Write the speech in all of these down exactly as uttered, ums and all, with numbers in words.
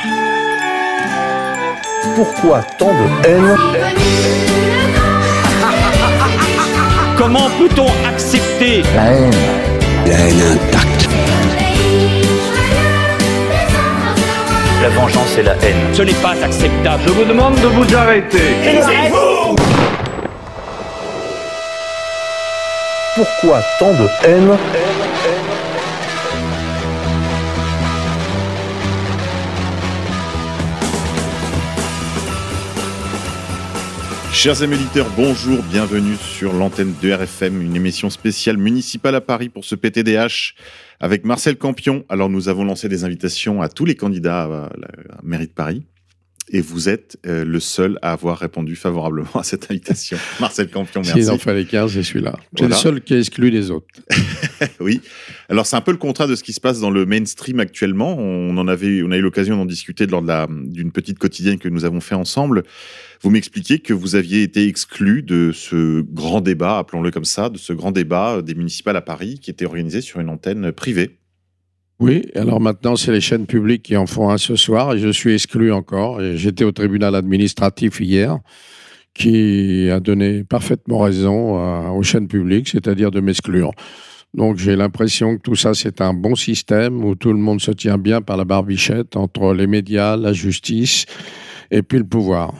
Pourquoi tant de haine ? Comment peut-on accepter La haine. La haine intacte. La vengeance et la haine? Ce n'est pas acceptable. Je vous demande de vous arrêter. Taisez-vous! Pourquoi tant de haine ? Chers amis auditeurs, bonjour, bienvenue sur l'antenne de R F M, une émission spéciale municipale à Paris pour ce P T D H avec Marcel Campion. Alors nous avons lancé des invitations à tous les candidats à la mairie de Paris et vous êtes euh, le seul à avoir répondu favorablement à cette invitation. Marcel Campion, merci. S'il en fallait quinze, je suis là. C'est Voilà. le seul qui est exclu des autres. Oui. Alors c'est un peu le contrat de ce qui se passe dans le mainstream actuellement. On en avait, on a eu l'occasion d'en discuter lors de la, d'une petite quotidienne que nous avons fait ensemble. Vous m'expliquiez que vous aviez été exclu de ce grand débat, appelons-le comme ça, de ce grand débat des municipales à Paris qui était organisé sur une antenne privée. Oui, alors maintenant, c'est les chaînes publiques qui en font un ce soir et je suis exclu encore. Et j'étais au tribunal administratif hier qui a donné parfaitement raison à, aux chaînes publiques, c'est-à-dire de m'exclure. Donc j'ai l'impression que tout ça, c'est un bon système où tout le monde se tient bien par la barbichette entre les médias, la justice et puis le pouvoir.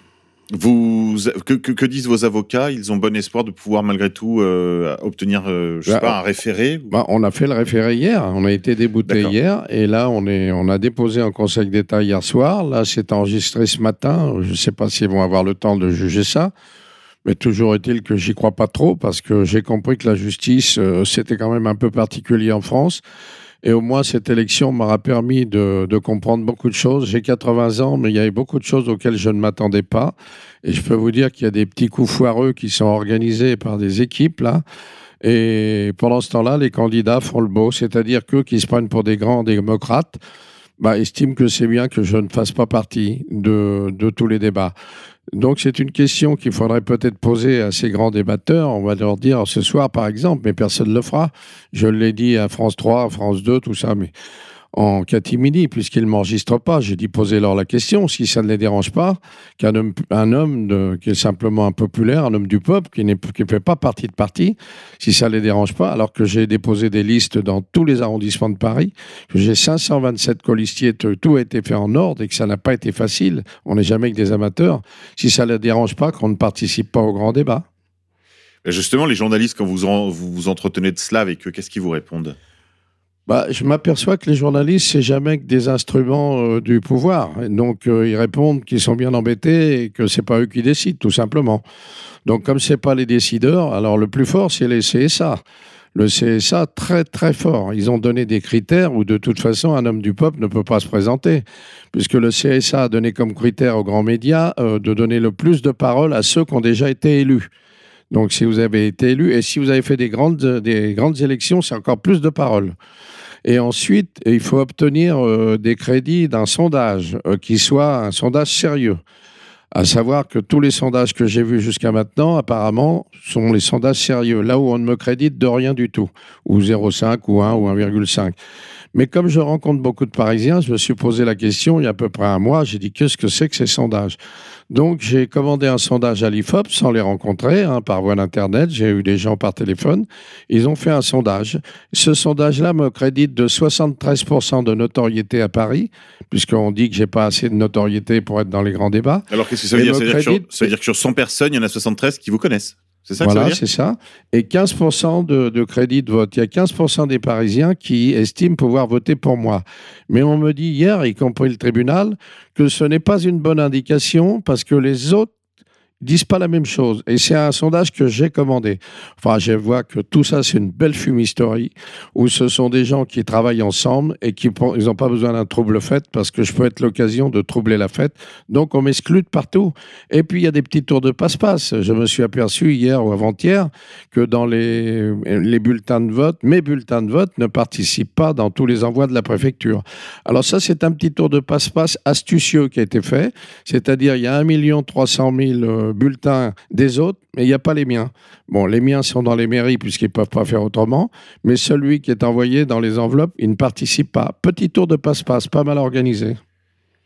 Vous, que, que, que disent vos avocats? Ils ont bon espoir de pouvoir malgré tout euh, obtenir, euh, je sais bah, pas, un référé? Bah, on a fait le référé hier, on a été débouté D'accord. hier, et là on, est, on a déposé en Conseil d'État hier soir, là c'est enregistré ce matin, je ne sais pas s'ils vont avoir le temps de juger ça, mais toujours est-il que j'y crois pas trop, parce que j'ai compris que la justice, euh, c'était quand même un peu particulier en France, et au moins cette élection m'aura permis de, de comprendre beaucoup de choses. J'ai quatre-vingts ans, mais il y avait beaucoup de choses auxquelles je ne m'attendais pas. Et je peux vous dire qu'il y a des petits coups foireux qui sont organisés par des équipes, là. Et pendant ce temps-là, les candidats font le beau, c'est-à-dire qu'eux qui se prennent pour des grands démocrates, bah, estiment que c'est bien que je ne fasse pas partie de, de tous les débats. Donc c'est une question qu'il faudrait peut-être poser à ces grands débatteurs. On va leur dire ce soir, par exemple, mais personne ne le fera. Je l'ai dit à France trois, à France deux, tout ça, mais en catimini, puisqu'ils ne m'enregistrent pas. J'ai dit posez-leur la question, si ça ne les dérange pas, qu'un homme, un homme de, qui est simplement un populaire, un homme du peuple, qui ne fait pas partie de parti, si ça ne les dérange pas, alors que j'ai déposé des listes dans tous les arrondissements de Paris, que j'ai cinq cent vingt-sept colistiers, tout a été fait en ordre et que ça n'a pas été facile, on n'est jamais que des amateurs, si ça ne les dérange pas qu'on ne participe pas au grand débat. Justement, les journalistes, quand vous en, vous, vous entretenez de cela avec eux, qu'est-ce qu'ils vous répondent? Bah, je m'aperçois que les journalistes, c'est jamais que des instruments euh, du pouvoir. Et donc, euh, ils répondent qu'ils sont bien embêtés et que c'est pas eux qui décident, tout simplement. Donc, comme c'est pas les décideurs, alors le plus fort, c'est les C S A. Le C S A, très, très fort. Ils ont donné des critères où, de toute façon, un homme du peuple ne peut pas se présenter. Puisque le C S A a donné comme critère aux grands médias euh, de donner le plus de paroles à ceux qui ont déjà été élus. Donc, si vous avez été élu et si vous avez fait des grandes, des grandes élections, c'est encore plus de paroles. Et ensuite, il faut obtenir euh, des crédits d'un sondage euh, qui soit un sondage sérieux. À savoir que tous les sondages que j'ai vus jusqu'à maintenant, apparemment, sont les sondages sérieux, là où on ne me crédite de rien du tout, ou zéro virgule cinq, ou un, ou un virgule cinq. Mais comme je rencontre beaucoup de Parisiens, je me suis posé la question il y a à peu près un mois, j'ai dit qu'est-ce que c'est que ces sondages? Donc j'ai commandé un sondage à l'I F O P sans les rencontrer, hein, par voie d'internet, j'ai eu des gens par téléphone, ils ont fait un sondage. Ce sondage-là me crédite de soixante-treize pour cent de notoriété à Paris, puisqu'on dit que j'ai pas assez de notoriété pour être dans les grands débats. Alors qu'est-ce que ça veut Et dire? me Ça veut dire, que sur, crédite- ça veut dire que sur cent personnes, il y en a soixante-treize qui vous connaissent? C'est ça que Voilà, ça veut dire? c'est ça. Et quinze pour cent de, de crédit de vote. Il y a quinze pour cent des Parisiens qui estiment pouvoir voter pour moi. Mais on me dit hier, y compris le tribunal, que ce n'est pas une bonne indication parce que les autres disent pas la même chose. Et c'est un sondage que j'ai commandé. Enfin, je vois que tout ça, c'est une belle fumisterie où ce sont des gens qui travaillent ensemble et qui ils n'ont pas besoin d'un trouble fête parce que je peux être l'occasion de troubler la fête. Donc, on m'exclut de partout. Et puis, il y a des petits tours de passe-passe. Je me suis aperçu hier ou avant-hier que dans les, les bulletins de vote, mes bulletins de vote ne participent pas dans tous les envois de la préfecture. Alors ça, c'est un petit tour de passe-passe astucieux qui a été fait. C'est-à-dire, il y a un million trois cent mille bulletins des autres, mais il n'y a pas les miens. Bon, les miens sont dans les mairies puisqu'ils ne peuvent pas faire autrement, mais celui qui est envoyé dans les enveloppes, il ne participe pas. Petit tour de passe-passe, pas mal organisé.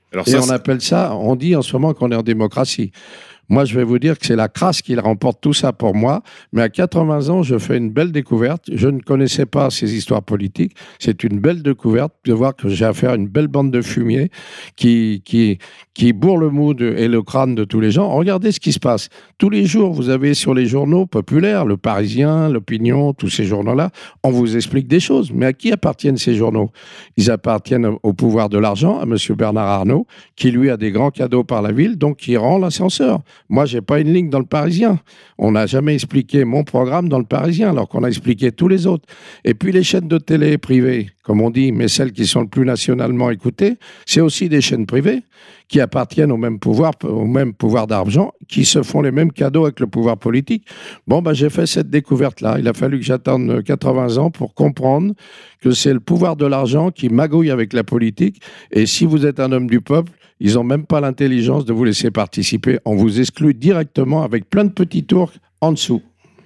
Alors Et ça, on c'est- appelle ça, on dit en ce moment qu'on est en démocratie. Moi, je vais vous dire que c'est la crasse qui remporte tout ça pour moi. Mais à quatre-vingts ans, je fais une belle découverte. Je ne connaissais pas ces histoires politiques. C'est une belle découverte de voir que j'ai affaire à une belle bande de fumier qui, qui, qui bourre le mood et le crâne de tous les gens. Regardez ce qui se passe. Tous les jours, vous avez sur les journaux populaires, Le Parisien, L'Opinion, tous ces journaux-là, on vous explique des choses. Mais à qui appartiennent ces journaux? Ils appartiennent au pouvoir de l'argent, à M. Bernard Arnault, qui lui a des grands cadeaux par la ville, donc qui rend l'ascenseur. Moi, j'ai pas une ligne dans Le Parisien. On n'a jamais expliqué mon programme dans Le Parisien, alors qu'on a expliqué tous les autres. Et puis les chaînes de télé privées, comme on dit, mais celles qui sont le plus nationalement écoutées, c'est aussi des chaînes privées qui appartiennent au même pouvoir, au même pouvoir d'argent, qui se font les mêmes cadeaux avec le pouvoir politique. Bon, ben, j'ai fait cette découverte-là. Il a fallu que j'attende quatre-vingts ans pour comprendre que c'est le pouvoir de l'argent qui magouille avec la politique. Et si vous êtes un homme du peuple, ils n'ont même pas l'intelligence de vous laisser participer. On vous exclut directement avec plein de petits tours en dessous.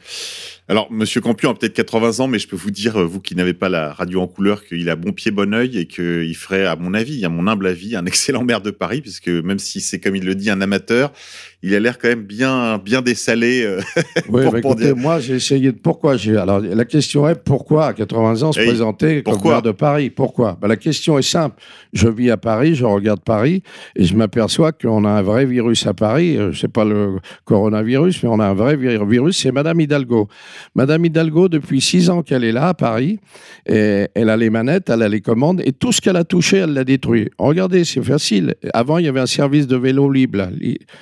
Alors, Monsieur Campion a peut-être quatre-vingts ans, mais je peux vous dire, vous qui n'avez pas la radio en couleur, qu'il a bon pied, bon oeil et qu'il ferait, à mon avis, à mon humble avis, un excellent maire de Paris, puisque même si c'est, comme il le dit, un amateur, il a l'air quand même bien, bien dessalé. Euh, oui, pour, mais pour écoutez, dire... moi, j'ai essayé de... Pourquoi j'ai... Alors, la question est, pourquoi, à quatre-vingts ans, se hey, présenter comme maire de Paris? Pourquoi? Ben, la question est simple. Je vis à Paris, je regarde Paris, et je m'aperçois qu'on a un vrai virus à Paris. C'est pas le coronavirus, mais on a un vrai virus, c'est Madame Hidalgo. Madame Hidalgo, depuis six ans qu'elle est là, à Paris, et elle a les manettes, elle a les commandes, et tout ce qu'elle a touché, elle l'a détruit. Regardez, c'est facile. Avant, il y avait un service de vélo libre, là.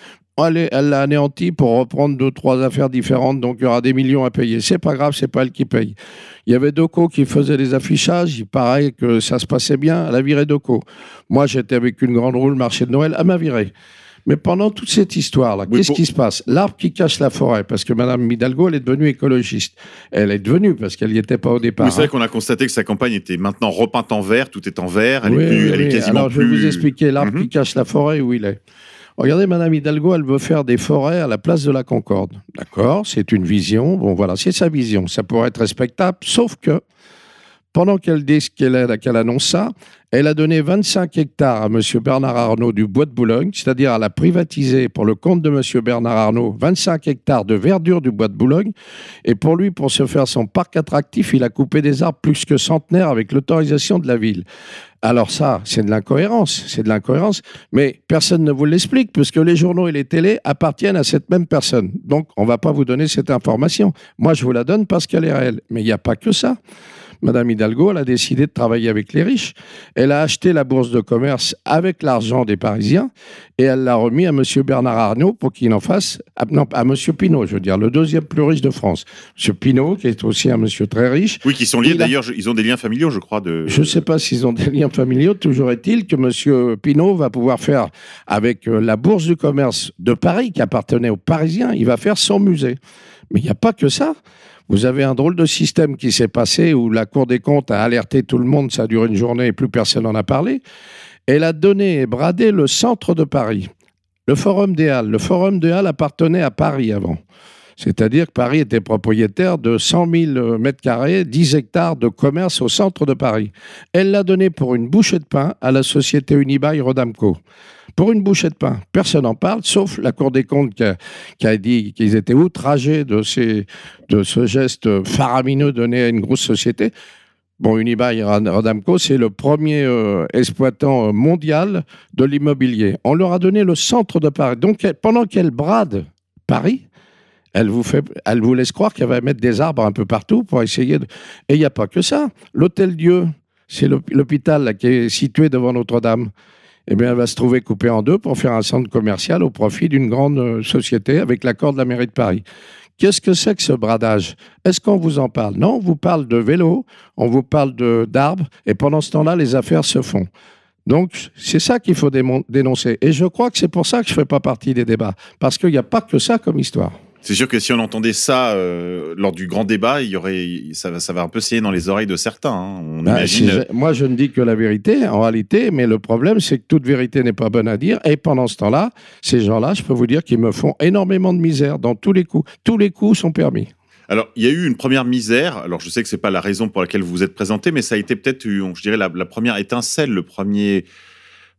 Elle l'a anéanti pour reprendre deux, trois affaires différentes, donc il y aura des millions à payer. C'est pas grave, c'est pas elle qui paye. Il y avait Doco qui faisait des affichages, il paraît que ça se passait bien, elle a viré Doco. Moi, j'étais avec une grande roue le marché de Noël, elle m'a viré. Mais pendant toute cette histoire-là, oui, qu'est-ce pour... qui se passe? L'arbre qui cache la forêt, parce que Mme Hidalgo, elle est devenue écologiste. Elle est devenue, parce qu'elle n'y était pas au départ. Oui, c'est vrai hein. qu'on a constaté que sa campagne était maintenant repeinte en vert, tout est en vert, elle, oui, est, plus, oui, elle est quasiment Alors, plus... je vais vous expliquer l'arbre mm-hmm. qui cache la forêt, où il est. Regardez, Mme Hidalgo, elle veut faire des forêts à la place de la Concorde. D'accord, c'est une vision. Bon, voilà, c'est sa vision. Ça pourrait être respectable, sauf que pendant qu'elle dit qu'elle, qu'elle annonce ça, elle a donné vingt-cinq hectares à M. Bernard Arnault du Bois de Boulogne, c'est-à-dire elle a privatisé pour le compte de M. Bernard Arnault vingt-cinq hectares de verdure du Bois de Boulogne. Et pour lui, pour se faire son parc attractif, il a coupé des arbres plus que centenaires avec l'autorisation de la ville. Alors ça, c'est de l'incohérence, c'est de l'incohérence, mais personne ne vous l'explique, puisque les journaux et les télés appartiennent à cette même personne. Donc, on ne va pas vous donner cette information. Moi, je vous la donne parce qu'elle est réelle. Mais il n'y a pas que ça. Madame Hidalgo, elle a décidé de travailler avec les riches. Elle a acheté la bourse de commerce avec l'argent des Parisiens et elle l'a remis à M. Bernard Arnault pour qu'il en fasse, à, non, à M. Pinault, je veux dire, le deuxième plus riche de France. M. Pinault, qui est aussi un monsieur très riche. Oui, qui sont liés d'ailleurs, a... ils ont des liens familiaux, je crois. De... Je ne sais pas s'ils ont des liens familiaux, toujours est-il que M. Pinault va pouvoir faire, avec la bourse du commerce de Paris, qui appartenait aux Parisiens, il va faire son musée. Mais il n'y a pas que ça. Vous avez un drôle de système qui s'est passé où la Cour des comptes a alerté tout le monde, ça a duré une journée et plus personne n'en a parlé. Elle a donné et bradé le centre de Paris, le Forum des Halles. Le Forum des Halles appartenait à Paris avant. C'est-à-dire que Paris était propriétaire de cent mille mètres carrés, dix hectares de commerce au centre de Paris. Elle l'a donné pour une bouchée de pain à la société Unibail-Rodamco. Pour une bouchée de pain, personne n'en parle, sauf la Cour des comptes qui a, qui a dit qu'ils étaient outragés de, ces, de ce geste faramineux donné à une grosse société. Bon, Unibail-Rodamco, c'est le premier euh, exploitant mondial de l'immobilier. On leur a donné le centre de Paris. Donc, pendant qu'elle brade Paris, elle vous, fait, elle vous laisse croire qu'elle va mettre des arbres un peu partout pour essayer de... Et il n'y a pas que ça. L'Hôtel-Dieu, c'est l'hôpital là, qui est situé devant Notre-Dame. Eh bien, elle va se trouver coupée en deux pour faire un centre commercial au profit d'une grande société avec l'accord de la mairie de Paris. Qu'est-ce que c'est que ce bradage? Est-ce qu'on vous en parle? Non, on vous parle de vélo, on vous parle de, d'arbres, et pendant ce temps-là, les affaires se font. Donc, c'est ça qu'il faut dénoncer. Et je crois que c'est pour ça que je ne fais pas partie des débats, parce qu'il n'y a pas que ça comme histoire. C'est sûr que si on entendait ça euh, lors du grand débat, il y aurait, ça, ça va un peu saigner dans les oreilles de certains. Hein. On bah, imagine... Moi, je ne dis que la vérité, en réalité, mais le problème, c'est que toute vérité n'est pas bonne à dire. Et pendant ce temps-là, ces gens-là, je peux vous dire qu'ils me font énormément de misère dans tous les coups. Tous les coups sont permis. Alors, il y a eu une première misère. Alors, je sais que c'est pas la raison pour laquelle vous vous êtes présenté, mais ça a été peut-être, je dirais, la, la première étincelle, le premier...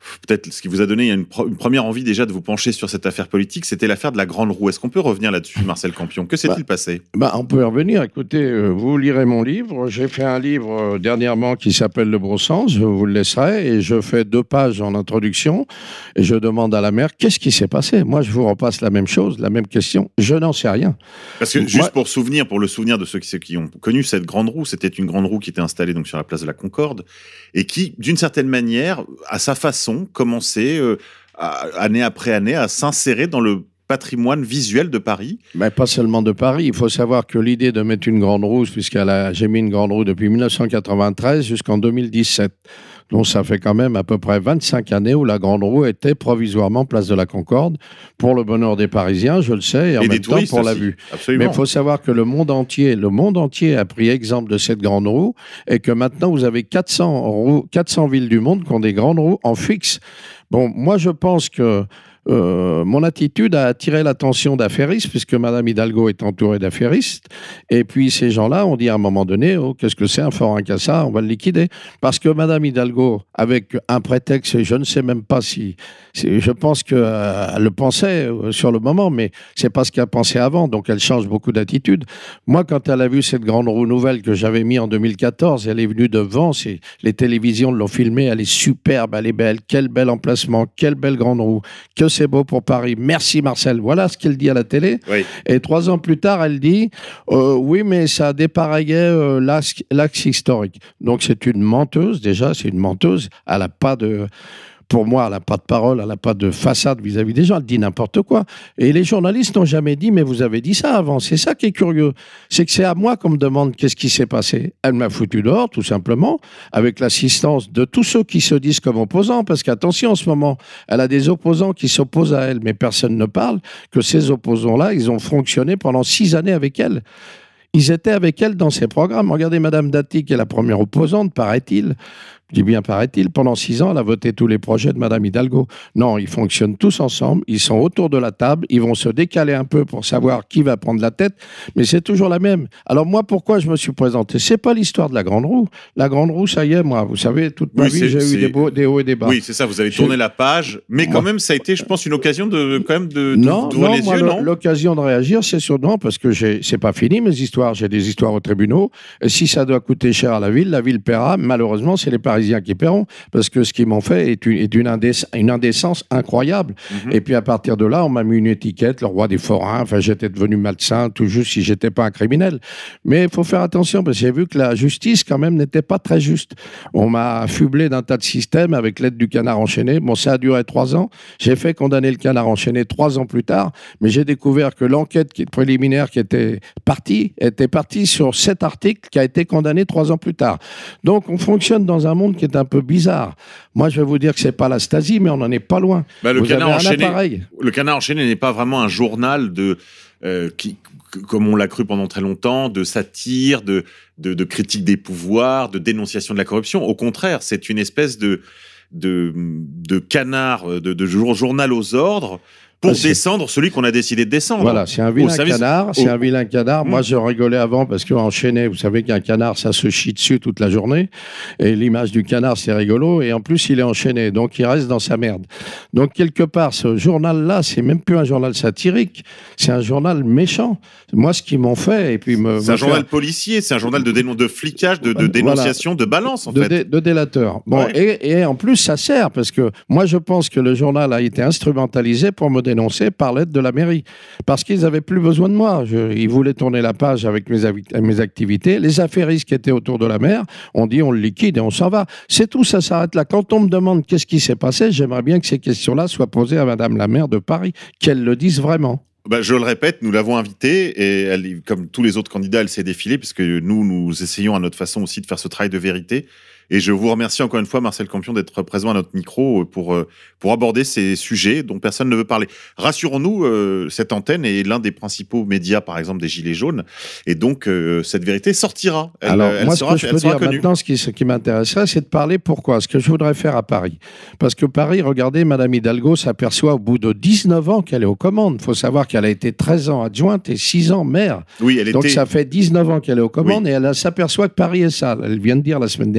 peut-être ce qui vous a donné une, pro- une première envie déjà de vous pencher sur cette affaire politique, c'était l'affaire de la Grande Roue. Est-ce qu'on peut revenir là-dessus, Marcel Campion? Que s'est-il bah, passé? bah, On peut y revenir. Écoutez, euh, vous lirez mon livre. J'ai fait un livre euh, dernièrement qui s'appelle Le Brossens. Je vous le laisserai. Et je fais deux pages en introduction. Et je demande à la maire, qu'est-ce qui s'est passé? Moi, je vous repasse la même chose, la même question. Je n'en sais rien. Parce que, Moi, juste pour souvenir, pour le souvenir de ceux qui, ceux qui ont connu cette Grande Roue, c'était une Grande Roue qui était installée donc, sur la place de la Concorde et qui, d'une certaine manière, à sa façon, commençait euh, à, année après année à s'insérer dans le patrimoine visuel de Paris. Mais pas seulement de Paris. Il faut savoir que l'idée de mettre une Grande Roue, puisqu'elle a, j'ai mis une Grande Roue depuis dix-neuf cent quatre-vingt-treize jusqu'en deux mille dix-sept. Donc ça fait quand même à peu près vingt-cinq années où la Grande Roue était provisoirement place de la Concorde pour le bonheur des Parisiens, je le sais, et en et même temps pour aussi. La vue. Absolument. Mais il faut savoir que le monde entier, le monde entier a pris exemple de cette Grande Roue et que maintenant vous avez quatre cents, roues, quatre cents villes du monde qui ont des Grandes Roues en fixe. Bon, moi je pense que Euh, mon attitude a attiré l'attention d'affairistes, puisque Madame Hidalgo est entourée d'affairistes. Et puis ces gens-là ont dit à un moment donné, oh, qu'est-ce que c'est un fort incassable, on va le liquider. Parce que Madame Hidalgo, avec un prétexte, je ne sais même pas si, si je pense qu'elle euh, le pensait euh, sur le moment, mais c'est pas ce qu'elle pensait avant, donc elle change beaucoup d'attitude. Moi, quand elle a vu cette Grande Roue nouvelle que j'avais mis en deux mille quatorze, elle est venue devant, c'est, les télévisions l'ont filmée, elle est superbe, elle est belle, quel bel emplacement, quelle belle Grande Roue, que c'est beau pour Paris. Merci Marcel. Voilà ce qu'elle dit à la télé. Oui. Et trois ans plus tard, elle dit euh, oui, mais ça dépareillait euh, l'axe, l'axe historique. Donc c'est une menteuse déjà, c'est une menteuse. Elle n'a pas de... Pour moi, elle n'a pas de parole, elle n'a pas de façade vis-à-vis des gens, elle dit n'importe quoi. Et les journalistes n'ont jamais dit, mais vous avez dit ça avant. C'est ça qui est curieux. C'est que c'est à moi qu'on me demande qu'est-ce qui s'est passé. Elle m'a foutu dehors, tout simplement, avec l'assistance de tous ceux qui se disent comme opposants, parce qu'attention, en ce moment, elle a des opposants qui s'opposent à elle, mais personne ne parle que ces opposants-là, ils ont fonctionné pendant six années avec elle. Ils étaient avec elle dans ses programmes. Regardez Madame Dati, qui est la première opposante, paraît-il. Je dis bien paraît-il, pendant six ans, elle a voté tous les projets de Madame Hidalgo. Non, ils fonctionnent tous ensemble, ils sont autour de la table, ils vont se décaler un peu pour savoir qui va prendre la tête, mais c'est toujours la même. Alors moi, pourquoi je me suis présenté? C'est pas l'histoire de la Grande Roue. La Grande Roue, ça y est, moi, vous savez, toute ma oui, vie, j'ai c'est... eu des, beaux, des hauts et des bas. Oui, c'est ça, vous avez tourné j'ai... la page, mais quand moi... même, ça a été, je pense, une occasion de, quand même, de, non, d'ouvrir non, les moi, yeux, le, non l'occasion de réagir, c'est sûr, non, parce que j'ai, c'est pas fini, mes histoires. J'ai des histoires aux tribunaux, et si ça doit coûter cher à la ville, la ville paiera. Malheureusement, c'est les Parisiens qui paieront. Parce que ce qu'ils m'ont fait est une, est une, indéc- une indécence incroyable. Mm-hmm. Et puis à partir de là, on m'a mis une étiquette, le roi des forains. Enfin, j'étais devenu malsain, tout juste si j'étais pas un criminel. Mais il faut faire attention, parce que j'ai vu que la justice, quand même, n'était pas très juste. On m'a affublé d'un tas de systèmes avec l'aide du canard enchaîné. Bon, ça a duré trois ans. J'ai fait condamner le canard enchaîné trois ans plus tard. Mais j'ai découvert que l'enquête qui, préliminaire qui était partie, était partie sur cet article qui a été condamné trois ans plus tard. Donc, on fonctionne dans un monde qui est un peu bizarre. Moi, je vais vous dire que c'est pas la Stasi, mais on n'en est pas loin. Bah, le, vous canard avez un enchaîné, appareil. Le Canard enchaîné n'est pas vraiment un journal de, euh, qui, comme on l'a cru pendant très longtemps, de satire, de, de, de critique des pouvoirs, de dénonciation de la corruption. Au contraire, c'est une espèce de, de, de canard, de, de journal aux ordres, pour c'est... descendre celui qu'on a décidé de descendre. Voilà, c'est un vilain service... canard. C'est oh. un vilain canard. Mmh. Moi, je rigolais avant parce qu'enchaîné, vous savez qu'un canard, ça se chie dessus toute la journée. Et l'image du canard, c'est rigolo. Et en plus, il est enchaîné. Donc, il reste dans sa merde. Donc, quelque part, ce journal-là, c'est même plus un journal satirique. C'est un journal méchant. Moi, ce qu'ils m'ont fait, et puis me. C'est me un faire... journal policier. C'est un journal de, dénon... de flicage, de, de dénonciation, voilà. de balance, en de fait. Dé... De délateur. Bon, ouais. et, et en plus, ça sert parce que moi, je pense que le journal a été instrumentalisé pour me dénoncer par l'aide de la mairie, parce qu'ils n'avaient plus besoin de moi. Je, ils voulaient tourner la page avec mes, mes activités. Les affairistes qui étaient autour de la mer ont dit on le liquide et on s'en va. C'est tout, ça s'arrête là. Quand on me demande qu'est-ce qui s'est passé, j'aimerais bien que ces questions-là soient posées à Madame la maire de Paris, qu'elle le dise vraiment. Bah, je le répète, nous l'avons invitée et elle, comme tous les autres candidats, elle s'est défilée puisque nous, nous essayons à notre façon aussi de faire ce travail de vérité. Et je vous remercie encore une fois, Marcel Campion, d'être présent à notre micro pour, pour aborder ces sujets dont personne ne veut parler. Rassurons-nous, euh, cette antenne est l'un des principaux médias, par exemple, des Gilets jaunes. Et donc, euh, cette vérité sortira. Elle, Alors, elle moi, sera, ce que je peux dire connue. maintenant, ce qui, ce qui m'intéresserait, c'est de parler pourquoi. Ce que je voudrais faire à Paris. Parce que Paris, regardez, Madame Hidalgo s'aperçoit au bout de dix-neuf ans qu'elle est aux commandes. Il faut savoir qu'elle a été treize ans adjointe et six ans maire. Oui, elle donc, était... ça fait dix-neuf ans qu'elle est aux commandes oui. et elle s'aperçoit que Paris est sale. Elle vient de dire la semaine dernière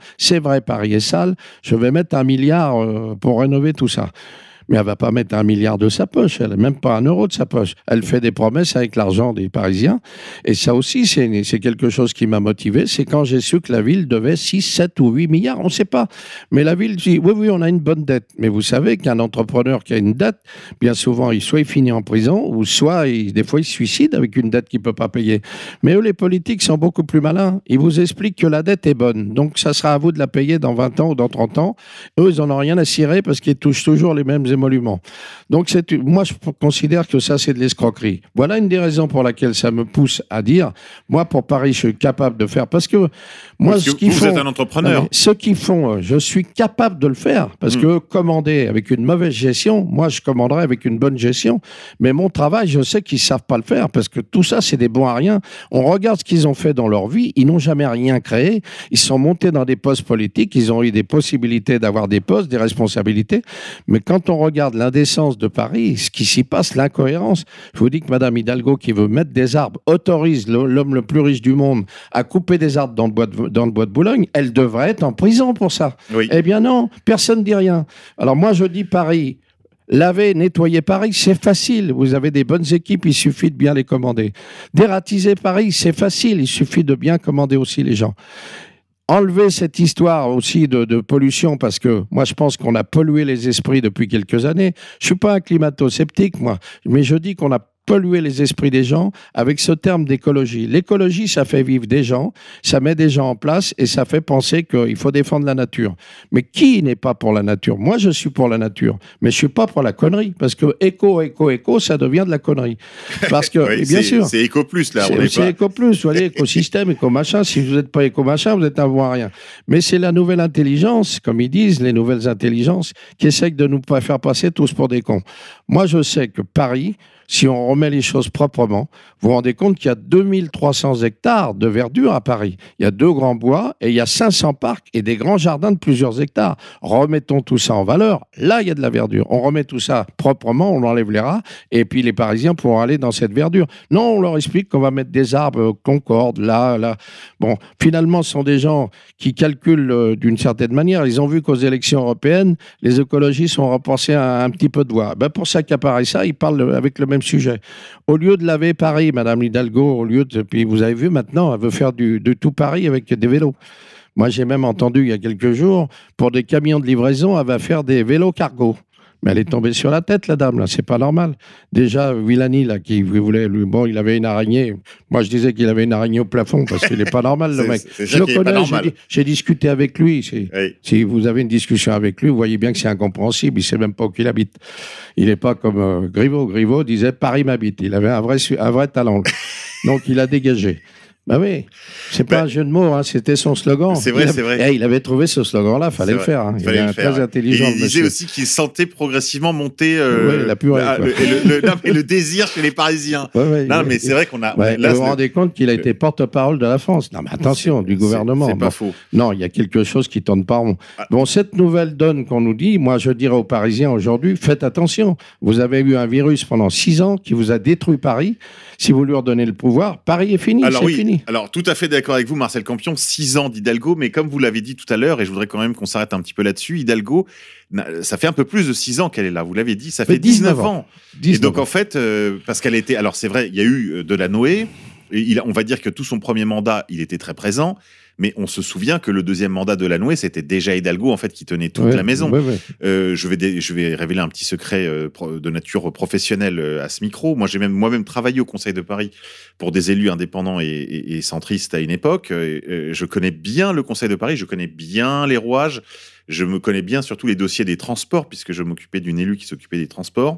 c'est vrai, Paris est sale, je vais mettre un milliard euh, pour rénover tout ça. Mais elle va pas mettre un milliard de sa poche, elle même pas un euro de sa poche. Elle fait des promesses avec l'argent des Parisiens. Et ça aussi, c'est, c'est quelque chose qui m'a motivé. C'est quand j'ai su que la ville devait six, sept ou huit milliards, on ne sait pas. Mais la ville dit, oui, oui, on a une bonne dette. Mais vous savez qu'un entrepreneur qui a une dette, bien souvent, il, soit il finit en prison, ou soit, il, des fois, il se suicide avec une dette qu'il ne peut pas payer. Mais eux, les politiques sont beaucoup plus malins. Ils vous expliquent que la dette est bonne. Donc, ça sera à vous de la payer dans vingt ans ou dans trente ans. Eux, ils n'en ont rien à cirer parce qu'ils touchent toujours les mêmes émoluments. Donc, c'est, moi, je considère que ça, c'est de l'escroquerie. Voilà une des raisons pour laquelle ça me pousse à dire, moi, pour Paris, je suis capable de faire, parce que moi, parce ce que qu'ils vous font, êtes un entrepreneur. Non, ce qu'ils font, je suis capable de le faire, parce mmh. que commander avec une mauvaise gestion, moi, je commanderais avec une bonne gestion, mais mon travail, je sais qu'ils savent pas le faire, parce que tout ça, c'est des bons à rien. On regarde ce qu'ils ont fait dans leur vie, ils n'ont jamais rien créé, ils sont montés dans des postes politiques, ils ont eu des possibilités d'avoir des postes, des responsabilités, mais quand on regarde l'indécence de Paris, ce qui s'y passe, l'incohérence. Je vous dis que Madame Hidalgo, qui veut mettre des arbres, autorise l'homme le plus riche du monde à couper des arbres dans le bois de, dans le bois de Boulogne, elle devrait être en prison pour ça. Oui. Eh bien non, personne ne dit rien. Alors moi, je dis Paris, laver, nettoyer Paris, c'est facile. Vous avez des bonnes équipes, il suffit de bien les commander. Dératiser Paris, c'est facile, il suffit de bien commander aussi les gens. Enlever cette histoire aussi de, de pollution, parce que moi je pense qu'on a pollué les esprits depuis quelques années. Je suis pas un climato-sceptique moi, mais je dis qu'on a polluer les esprits des gens avec ce terme d'écologie. L'écologie, ça fait vivre des gens, ça met des gens en place et ça fait penser qu'il faut défendre la nature. Mais qui n'est pas pour la nature? Moi, je suis pour la nature, mais je suis pas pour la connerie, parce que éco, éco, éco, ça devient de la connerie. Parce que, oui, bien c'est, sûr, c'est éco plus là. C'est, on est c'est pas... éco plus, vous voyez, écosystème, éco machin. Si vous n'êtes pas éco machin, vous êtes un voir rien. Mais c'est la nouvelle intelligence, comme ils disent, les nouvelles intelligences, qui essaient de nous faire passer tous pour des cons. Moi, je sais que Paris, si on remet les choses proprement, vous vous rendez compte qu'il y a deux mille trois cents hectares de verdure à Paris. Il y a deux grands bois et il y a cinq cents parcs et des grands jardins de plusieurs hectares. Remettons tout ça en valeur. Là, il y a de la verdure. On remet tout ça proprement, on enlève les rats et puis les Parisiens pourront aller dans cette verdure. Non, on leur explique qu'on va mettre des arbres Concorde, là, là. Bon, finalement, ce sont des gens qui calculent euh, d'une certaine manière. Ils ont vu qu'aux élections européennes, les écologistes ont repensé un, un petit peu de voix. Ben, pour s'accaparer ça, ils parlent avec le même sujet. Au lieu de laver Paris, Madame Hidalgo, au lieu de, puis vous avez vu maintenant, elle veut faire du, de tout Paris avec des vélos. Moi, j'ai même entendu il y a quelques jours, pour des camions de livraison, elle va faire des vélos cargo. Mais elle est tombée sur la tête, la dame, là, c'est pas normal. Déjà, Villani, là, qui voulait, lui, bon, il avait une araignée. Moi, je disais qu'il avait une araignée au plafond, parce qu'il est pas normal, le mec. C'est je le connais, j'ai, j'ai discuté avec lui. C'est, oui. Si vous avez une discussion avec lui, vous voyez bien que c'est incompréhensible, il sait même pas où il habite. Il n'est pas comme euh, Griveaux. Griveaux disait « Paris m'habite ». Il avait un vrai, un vrai talent. Donc, il a dégagé. Ben oui, c'est pas bah, un jeu de mots, hein, c'était son slogan. C'est vrai, il c'est vrai. Eh, il avait trouvé ce slogan-là, fallait le faire. Hein. Il fallait il le faire. Très intelligent. Et il disait aussi qu'il sentait progressivement monter euh, oui, la purée, la, le, le, le, non, mais le désir chez les Parisiens. Ouais, ouais, non, mais c'est vrai qu'on a. Ouais, là, vous vous rendez compte qu'il a été porte-parole de la France. Non, mais attention, c'est, du gouvernement. C'est, c'est pas bon. faux. Non, il y a quelque chose qui tourne pas rond. Ah. Bon, cette nouvelle donne qu'on nous dit, moi, je dirais aux Parisiens aujourd'hui, faites attention. Vous avez eu un virus pendant six ans qui vous a détruit Paris. Si vous lui redonnez le pouvoir, Paris est fini. Alors c'est oui, fini. Alors tout à fait d'accord avec vous, Marcel Campion. Six ans d'Hidalgo, mais comme vous l'avez dit tout à l'heure, et je voudrais quand même qu'on s'arrête un petit peu là-dessus, Hidalgo, ça fait un peu plus de six ans qu'elle est là. Vous l'avez dit, ça fait dix-neuf ans. dix-neuf et donc ans. En fait, euh, parce qu'elle était, alors c'est vrai, il y a eu de la Noé. Il, on va dire que tout son premier mandat, il était très présent. Mais on se souvient que le deuxième mandat de Lanoé, c'était déjà Hidalgo en fait qui tenait toute ouais, la maison. Ouais, ouais. Euh, je vais dé- je vais révéler un petit secret euh, pro- de nature professionnelle euh, à ce micro. Moi, j'ai même moi-même travaillé au Conseil de Paris pour des élus indépendants et, et, et centristes à une époque. Euh, euh, je connais bien le Conseil de Paris, je connais bien les rouages, je me connais bien surtout les dossiers des transports puisque je m'occupais d'une élue qui s'occupait des transports.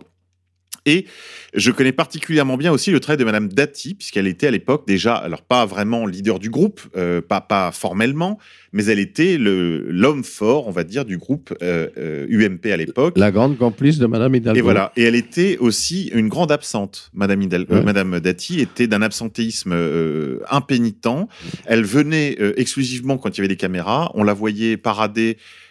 Et je connais particulièrement bien aussi le travail de Madame Dati, puisqu'elle était à l'époque déjà, alors pas vraiment leader du groupe, euh, pas, pas formellement, mais elle était le, l'homme fort, on va dire, du groupe euh, euh, U M P à l'époque. La grande complice de Madame Hidalgo. Et voilà. Et elle était aussi une grande absente. Madame, Hidalgo, ouais. euh, Madame Dati était d'un absentéisme euh, impénitent. Elle venait euh, exclusivement quand il y avait des caméras. On la voyait parader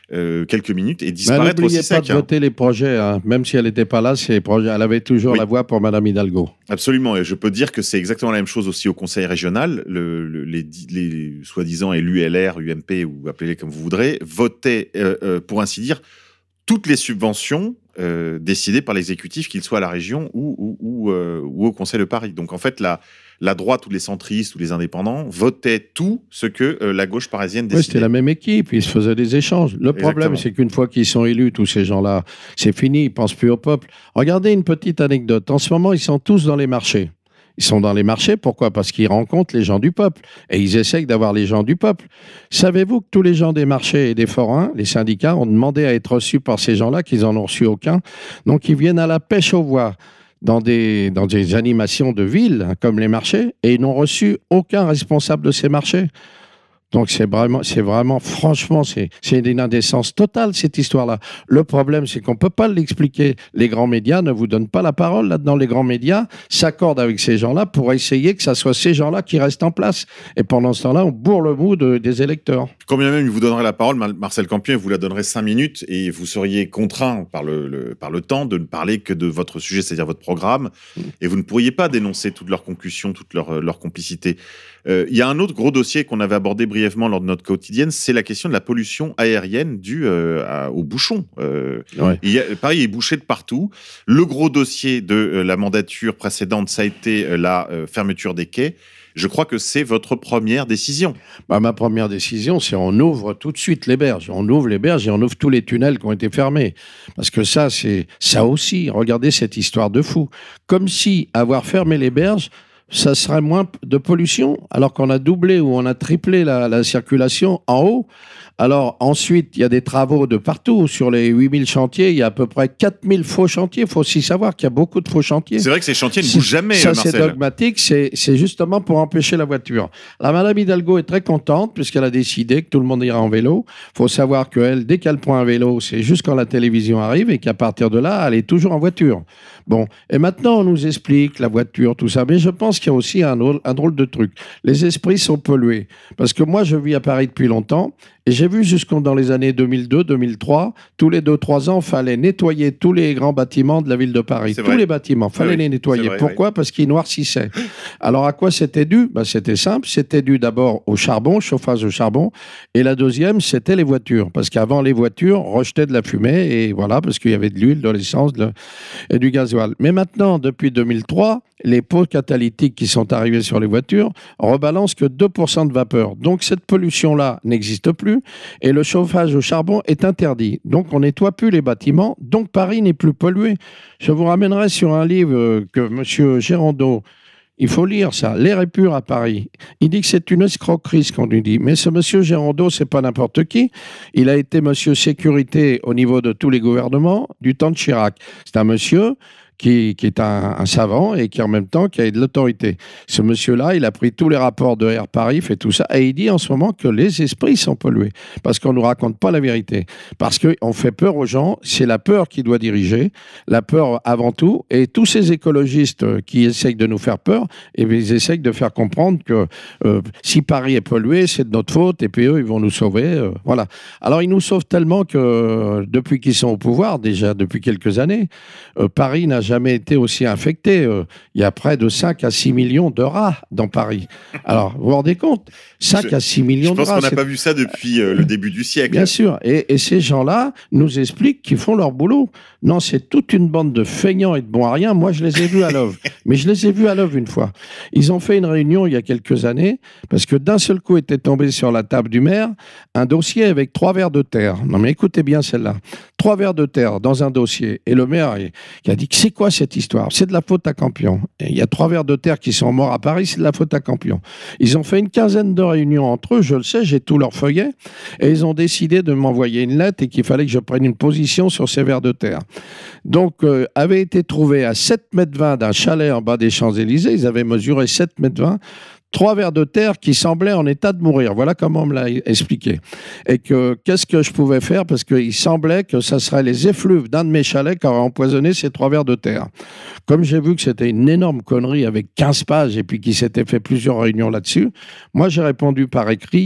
euh, quelques minutes et disparaître aussi sec. N'oubliez pas de voter les projets, hein. Même si elle n'était pas là, ces projets, elle avait toujours oui. la voix pour Madame Hidalgo. Absolument, et je peux dire que c'est exactement la même chose aussi au Conseil régional. Le, le, les, les soi-disant élus L R, U M P ou appelez-les comme vous voudrez, votaient, euh, euh, pour ainsi dire, toutes les subventions euh, décidées par l'exécutif, qu'il soit à la région ou, ou, ou, euh, ou au Conseil de Paris. Donc en fait, la, la droite ou les centristes ou les indépendants votaient tout ce que euh, la gauche parisienne décidait. Oui, c'était la même équipe, ils se faisaient des échanges. Le problème, Exactement. c'est qu'une fois qu'ils sont élus, tous ces gens-là, c'est fini, ils ne pensent plus au peuple. Regardez une petite anecdote. En ce moment, ils sont tous dans les marchés. Ils sont dans les marchés, pourquoi ? Parce qu'ils rencontrent les gens du peuple et ils essayent d'avoir les gens du peuple. Savez-vous que tous les gens des marchés et des forains, les syndicats, ont demandé à être reçus par ces gens-là, qu'ils n'en ont reçu aucun. Donc ils viennent à la pêche aux voix dans des, dans des animations de ville, hein, comme les marchés, et ils n'ont reçu aucun responsable de ces marchés. Donc c'est vraiment, c'est vraiment, franchement, c'est, c'est une indécence totale, cette histoire-là. Le problème, c'est qu'on ne peut pas l'expliquer. Les grands médias ne vous donnent pas la parole. Là-dedans, les grands médias s'accordent avec ces gens-là pour essayer que ça soit ces gens-là qui restent en place. Et pendant ce temps-là, on bourre le mou de, des électeurs. Quand bien même il vous donnerait la parole, Marcel Campion, vous la donnerez cinq minutes et vous seriez contraint par le, le, par le temps de ne parler que de votre sujet, c'est-à-dire votre programme. Mmh. Et vous ne pourriez pas dénoncer toutes leurs concussions, toute leur, leur complicité. Il euh, y a un autre gros dossier qu'on avait abordé brièvement lors de notre quotidienne, c'est la question de la pollution aérienne due euh, à, aux bouchons. Euh, ouais. il y a, Paris est bouché de partout. Le gros dossier de euh, la mandature précédente, ça a été euh, la euh, fermeture des quais. Je crois que c'est votre première décision. Bah, ma première décision, c'est on ouvre tout de suite les berges. On ouvre les berges et on ouvre tous les tunnels qui ont été fermés. Parce que ça, c'est ça aussi. Regardez cette histoire de fou. Comme si avoir fermé les berges, ça serait moins de pollution, alors qu'on a doublé ou on a triplé la, la circulation en haut. Alors ensuite, il y a des travaux de partout. Sur les huit mille chantiers, il y a à peu près quatre mille faux chantiers. Il faut aussi savoir qu'il y a beaucoup de faux chantiers. C'est vrai que ces chantiers ne bougent jamais, ça, Marcel. C'est dogmatique, c'est, c'est justement pour empêcher la voiture. La Madame Hidalgo est très contente puisqu'elle a décidé que tout le monde ira en vélo. Il faut savoir qu'elle, dès qu'elle prend un vélo, c'est juste quand la télévision arrive et qu'à partir de là, elle est toujours en voiture. Bon, et maintenant, on nous explique la voiture, tout ça. Mais je pense qu'il y a aussi un, un drôle de truc. Les esprits sont pollués. Parce que moi, je vis à Paris depuis longtemps. Et j'ai vu jusqu'en dans les années deux mille deux, deux mille trois, tous les deux trois ans, il fallait nettoyer tous les grands bâtiments de la ville de Paris. C'est tous vrai. les bâtiments, il fallait oui, les nettoyer. Vrai, Pourquoi oui. Parce qu'ils noircissaient. Alors à quoi c'était dû ? Ben, c'était simple, c'était dû d'abord au charbon, chauffage au charbon, et la deuxième, c'était les voitures. Parce qu'avant, les voitures rejetaient de la fumée, et voilà, parce qu'il y avait de l'huile, de l'essence de... et du gasoil. Mais maintenant, depuis deux mille trois, les pots catalytiques qui sont arrivés sur les voitures rebalancent que deux pour cent de vapeur. Donc cette pollution-là n'existe plus et le chauffage au charbon est interdit. Donc on nettoie plus les bâtiments, donc Paris n'est plus pollué. Je vous ramènerai sur un livre que M. Gérondeau, il faut lire ça, L'air est pur à Paris. Il dit que c'est une escroquerie ce qu'on lui dit. Mais ce monsieur Gérondeau, c'est pas n'importe qui. Il a été monsieur sécurité au niveau de tous les gouvernements du temps de Chirac. C'est un monsieur qui, qui est un, un savant et qui en même temps qui a de l'autorité. Ce monsieur-là, il a pris tous les rapports de Air Paris, fait tout ça, et il dit en ce moment que les esprits sont pollués parce qu'on ne nous raconte pas la vérité. Parce qu'on fait peur aux gens, c'est la peur qui doit diriger, la peur avant tout, et tous ces écologistes qui essayent de nous faire peur, et ils essayent de faire comprendre que euh, si Paris est pollué, c'est de notre faute, et puis eux, ils vont nous sauver. Euh, voilà. Alors, ils nous sauvent tellement que euh, depuis qu'ils sont au pouvoir, déjà depuis quelques années, euh, Paris n'a jamais été aussi infecté. Euh, il y a près de cinq à six millions de rats dans Paris. Alors, vous vous rendez compte ? cinq à six millions de rats. Je pense qu'on n'a pas vu ça depuis euh, le début du siècle. Bien sûr. Et, et ces gens-là nous expliquent qu'ils font leur boulot. Non, c'est toute une bande de feignants et de bons à rien. Moi, je les ai vus à l'œuvre. Mais je les ai vus à l'œuvre une fois. Ils ont fait une réunion il y a quelques années parce que d'un seul coup était tombé sur la table du maire un dossier avec trois vers de terre. Non, mais écoutez bien celle-là. Trois vers de terre dans un dossier. Et le maire il, il a dit que c'est quoi cette histoire ? C'est de la faute à Campion. Et il y a trois vers de terre qui sont morts à Paris, c'est de la faute à Campion. Ils ont fait une quinzaine de réunions entre eux, je le sais, j'ai tous leurs feuillets, et ils ont décidé de m'envoyer une lettre et qu'il fallait que je prenne une position sur ces vers de terre. Donc, euh, avait été trouvé à sept mètres vingt d'un chalet en bas des Champs-Élysées, ils avaient mesuré sept mètres vingt, trois vers de terre qui semblaient en état de mourir. Voilà comment on me l'a expliqué. Et que qu'est-ce que je pouvais faire ? Parce qu'il semblait que ça serait les effluves d'un de mes chalets qui auraient empoisonné ces trois vers de terre. Comme j'ai vu que c'était une énorme connerie avec quinze pages et puis qu'il s'était fait plusieurs réunions là-dessus, moi j'ai répondu par écrit,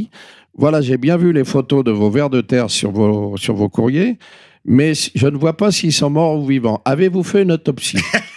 Voilà, j'ai bien vu les photos de vos vers de terre sur vos, sur vos courriers, mais je ne vois pas s'ils sont morts ou vivants. Avez-vous fait une autopsie ?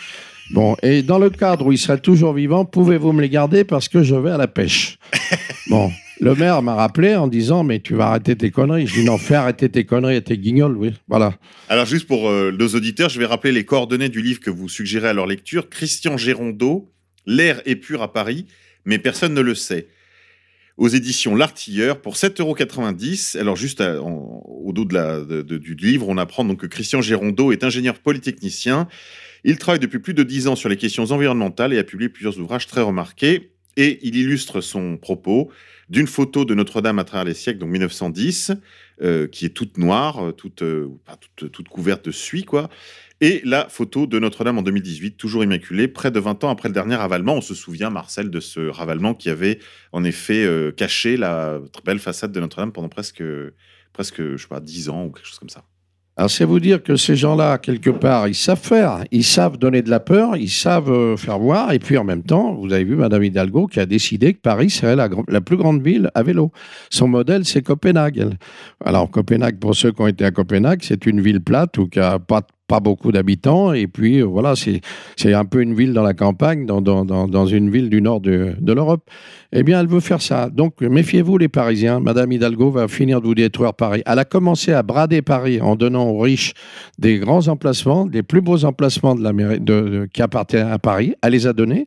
Bon, et dans le cadre où ils seraient toujours vivants, pouvez-vous me les garder parce que je vais à la pêche ? Bon, le maire m'a rappelé en disant « Mais tu vas arrêter tes conneries ». Je dis « Non, fais arrêter tes conneries et tes guignols, oui. » Voilà. Alors, juste pour euh, nos auditeurs, je vais rappeler les coordonnées du livre que vous suggérez à leur lecture. Christian Gérondeau, « L'air est pur à Paris, mais personne ne le sait ». Aux éditions L'Artilleur pour sept euros quatre-vingt-dix. Alors juste à, en, au dos de la, de, de, du livre, on apprend donc que Christian Gérondeau est ingénieur polytechnicien. Il travaille depuis plus de dix ans sur les questions environnementales et a publié plusieurs ouvrages très remarqués. Et il illustre son propos d'une photo de Notre-Dame à travers les siècles, donc mille neuf cent dix, euh, qui est toute noire, toute, euh, pas toute, toute couverte de suie, quoi. Et la photo de Notre-Dame en deux mille dix-huit, toujours immaculée, près de vingt ans après le dernier ravalement. On se souvient, Marcel, de ce ravalement qui avait en effet euh, caché la très belle façade de Notre-Dame pendant presque, presque je sais pas, dix ans ou quelque chose comme ça. Alors, c'est vous dire que ces gens-là, quelque part, ils savent faire, ils savent donner de la peur, ils savent euh, faire voir, et puis en même temps, vous avez vu Madame Hidalgo qui a décidé que Paris serait la, la plus grande ville à vélo. Son modèle, c'est Copenhague. Elle. Alors, Copenhague, pour ceux qui ont été à Copenhague, c'est une ville plate où il n'y a pas pas beaucoup d'habitants, et puis euh, voilà, c'est, c'est un peu une ville dans la campagne, dans, dans, dans, dans une ville du nord de, de l'Europe. Eh bien, elle veut faire ça. Donc, méfiez-vous les Parisiens. Madame Hidalgo va finir de vous détruire Paris. Elle a commencé à brader Paris en donnant aux riches des grands emplacements, des plus beaux emplacements de la mairie, de, de, qui appartiennent à Paris. Elle les a donnés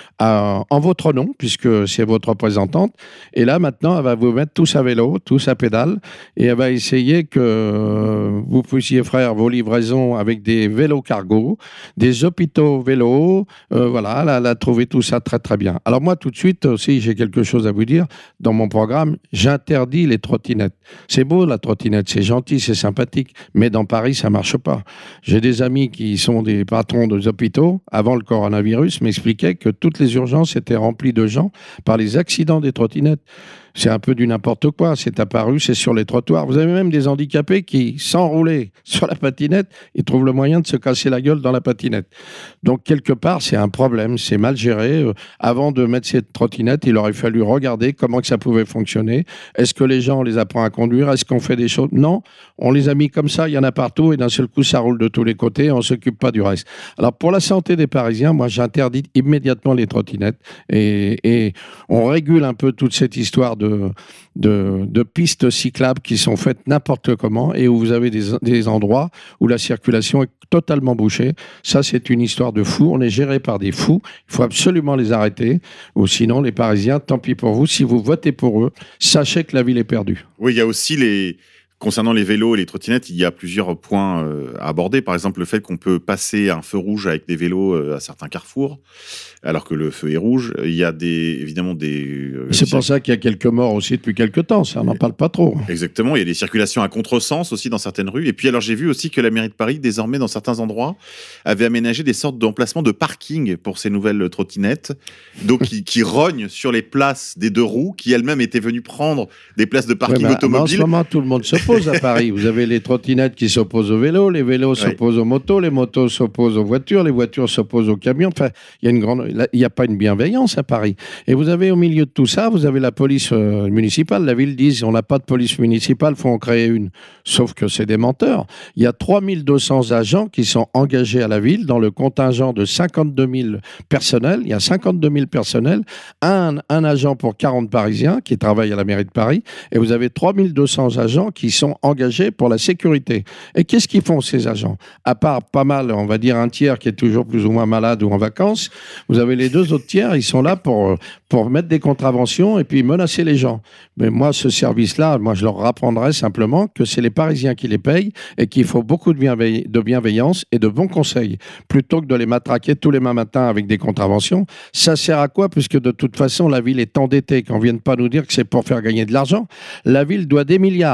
à, en votre nom, puisque c'est votre représentante. Et là, maintenant, elle va vous mettre tous à vélo, tous à pédale, et elle va essayer que euh, vous puissiez faire vos livraisons avec des vélos cargo, des hôpitaux vélos, euh, voilà, elle a, elle a trouvé tout ça très très bien. Alors moi, tout de suite aussi, j'ai quelque chose à vous dire. Dans mon programme, j'interdis les trottinettes. C'est beau la trottinette, c'est gentil, c'est sympathique, mais dans Paris, ça marche pas. J'ai des amis qui sont des patrons des hôpitaux, avant le coronavirus, m'expliquaient que toutes les urgences étaient remplies de gens par les accidents des trottinettes. C'est un peu du n'importe quoi, c'est apparu, c'est sur les trottoirs. Vous avez même des handicapés qui, sans rouler sur la patinette, ils trouvent le moyen de se casser la gueule dans la patinette. Donc, quelque part, c'est un problème, c'est mal géré. Euh, avant de mettre cette trottinette, il aurait fallu regarder comment que ça pouvait fonctionner. Est-ce que les gens, on les apprend à conduire? Est-ce qu'on fait des choses? Non, on les a mis comme ça, il y en a partout, et d'un seul coup, ça roule de tous les côtés, et on ne s'occupe pas du reste. Alors, pour la santé des Parisiens, moi, j'interdis immédiatement les trottinettes, et, et on régule un peu toute cette histoire de De, de, de pistes cyclables qui sont faites n'importe comment et où vous avez des, des endroits où la circulation est totalement bouchée. Ça, c'est une histoire de fous. On est géré par des fous. Il faut absolument les arrêter. Ou sinon, les Parisiens, tant pis pour vous. Si vous votez pour eux, sachez que la ville est perdue. Oui, il y a aussi les... Concernant les vélos et les trottinettes, il y a plusieurs points euh, à aborder. Par exemple, le fait qu'on peut passer un feu rouge avec des vélos euh, à certains carrefours, alors que le feu est rouge. Il y a des, évidemment des... Euh, C'est pour ça qu'il y a quelques morts aussi depuis quelques temps. Ça, on n'en parle pas trop. Exactement. Il y a des circulations à contresens aussi dans certaines rues. Et puis, alors, j'ai vu aussi que la mairie de Paris, désormais, dans certains endroits, avait aménagé des sortes d'emplacements de parking pour ces nouvelles trottinettes. Donc, qui, qui rognent sur les places des deux roues, qui elles-mêmes étaient venues prendre des places de parking ouais, bah, automobile. En ce moment, tout le monde se pose à Paris. Vous avez les trottinettes qui s'opposent aux vélos, les vélos ouais. s'opposent aux motos, les motos s'opposent aux voitures, les voitures s'opposent aux camions. Enfin, il y a une grande, il n'y a pas une bienveillance à Paris. Et vous avez au milieu de tout ça, vous avez la police euh, municipale. La ville dit, on n'a pas de police municipale, faut en créer une. Sauf que c'est des menteurs. Il y a trois mille deux cents agents qui sont engagés à la ville dans le contingent de cinquante-deux mille personnels. Il y a cinquante-deux mille personnels, un, un agent pour quarante Parisiens qui travaillent à la mairie de Paris. Et vous avez trois mille deux cents agents qui sont engagés pour la sécurité. Et qu'est-ce qu'ils font, ces agents? À part pas mal, on va dire un tiers qui est toujours plus ou moins malade ou en vacances, vous avez les deux autres tiers, ils sont là pour, pour mettre des contraventions et puis menacer les gens. Mais moi, ce service-là, moi, je leur rapprendrai simplement que c'est les Parisiens qui les payent et qu'il faut beaucoup de, bienveille- de bienveillance et de bons conseils, plutôt que de les matraquer tous les matins avec des contraventions. Ça sert à quoi? Puisque de toute façon, la ville est endettée, qu'on ne vienne pas nous dire que c'est pour faire gagner de l'argent. La ville doit des milliards. On sait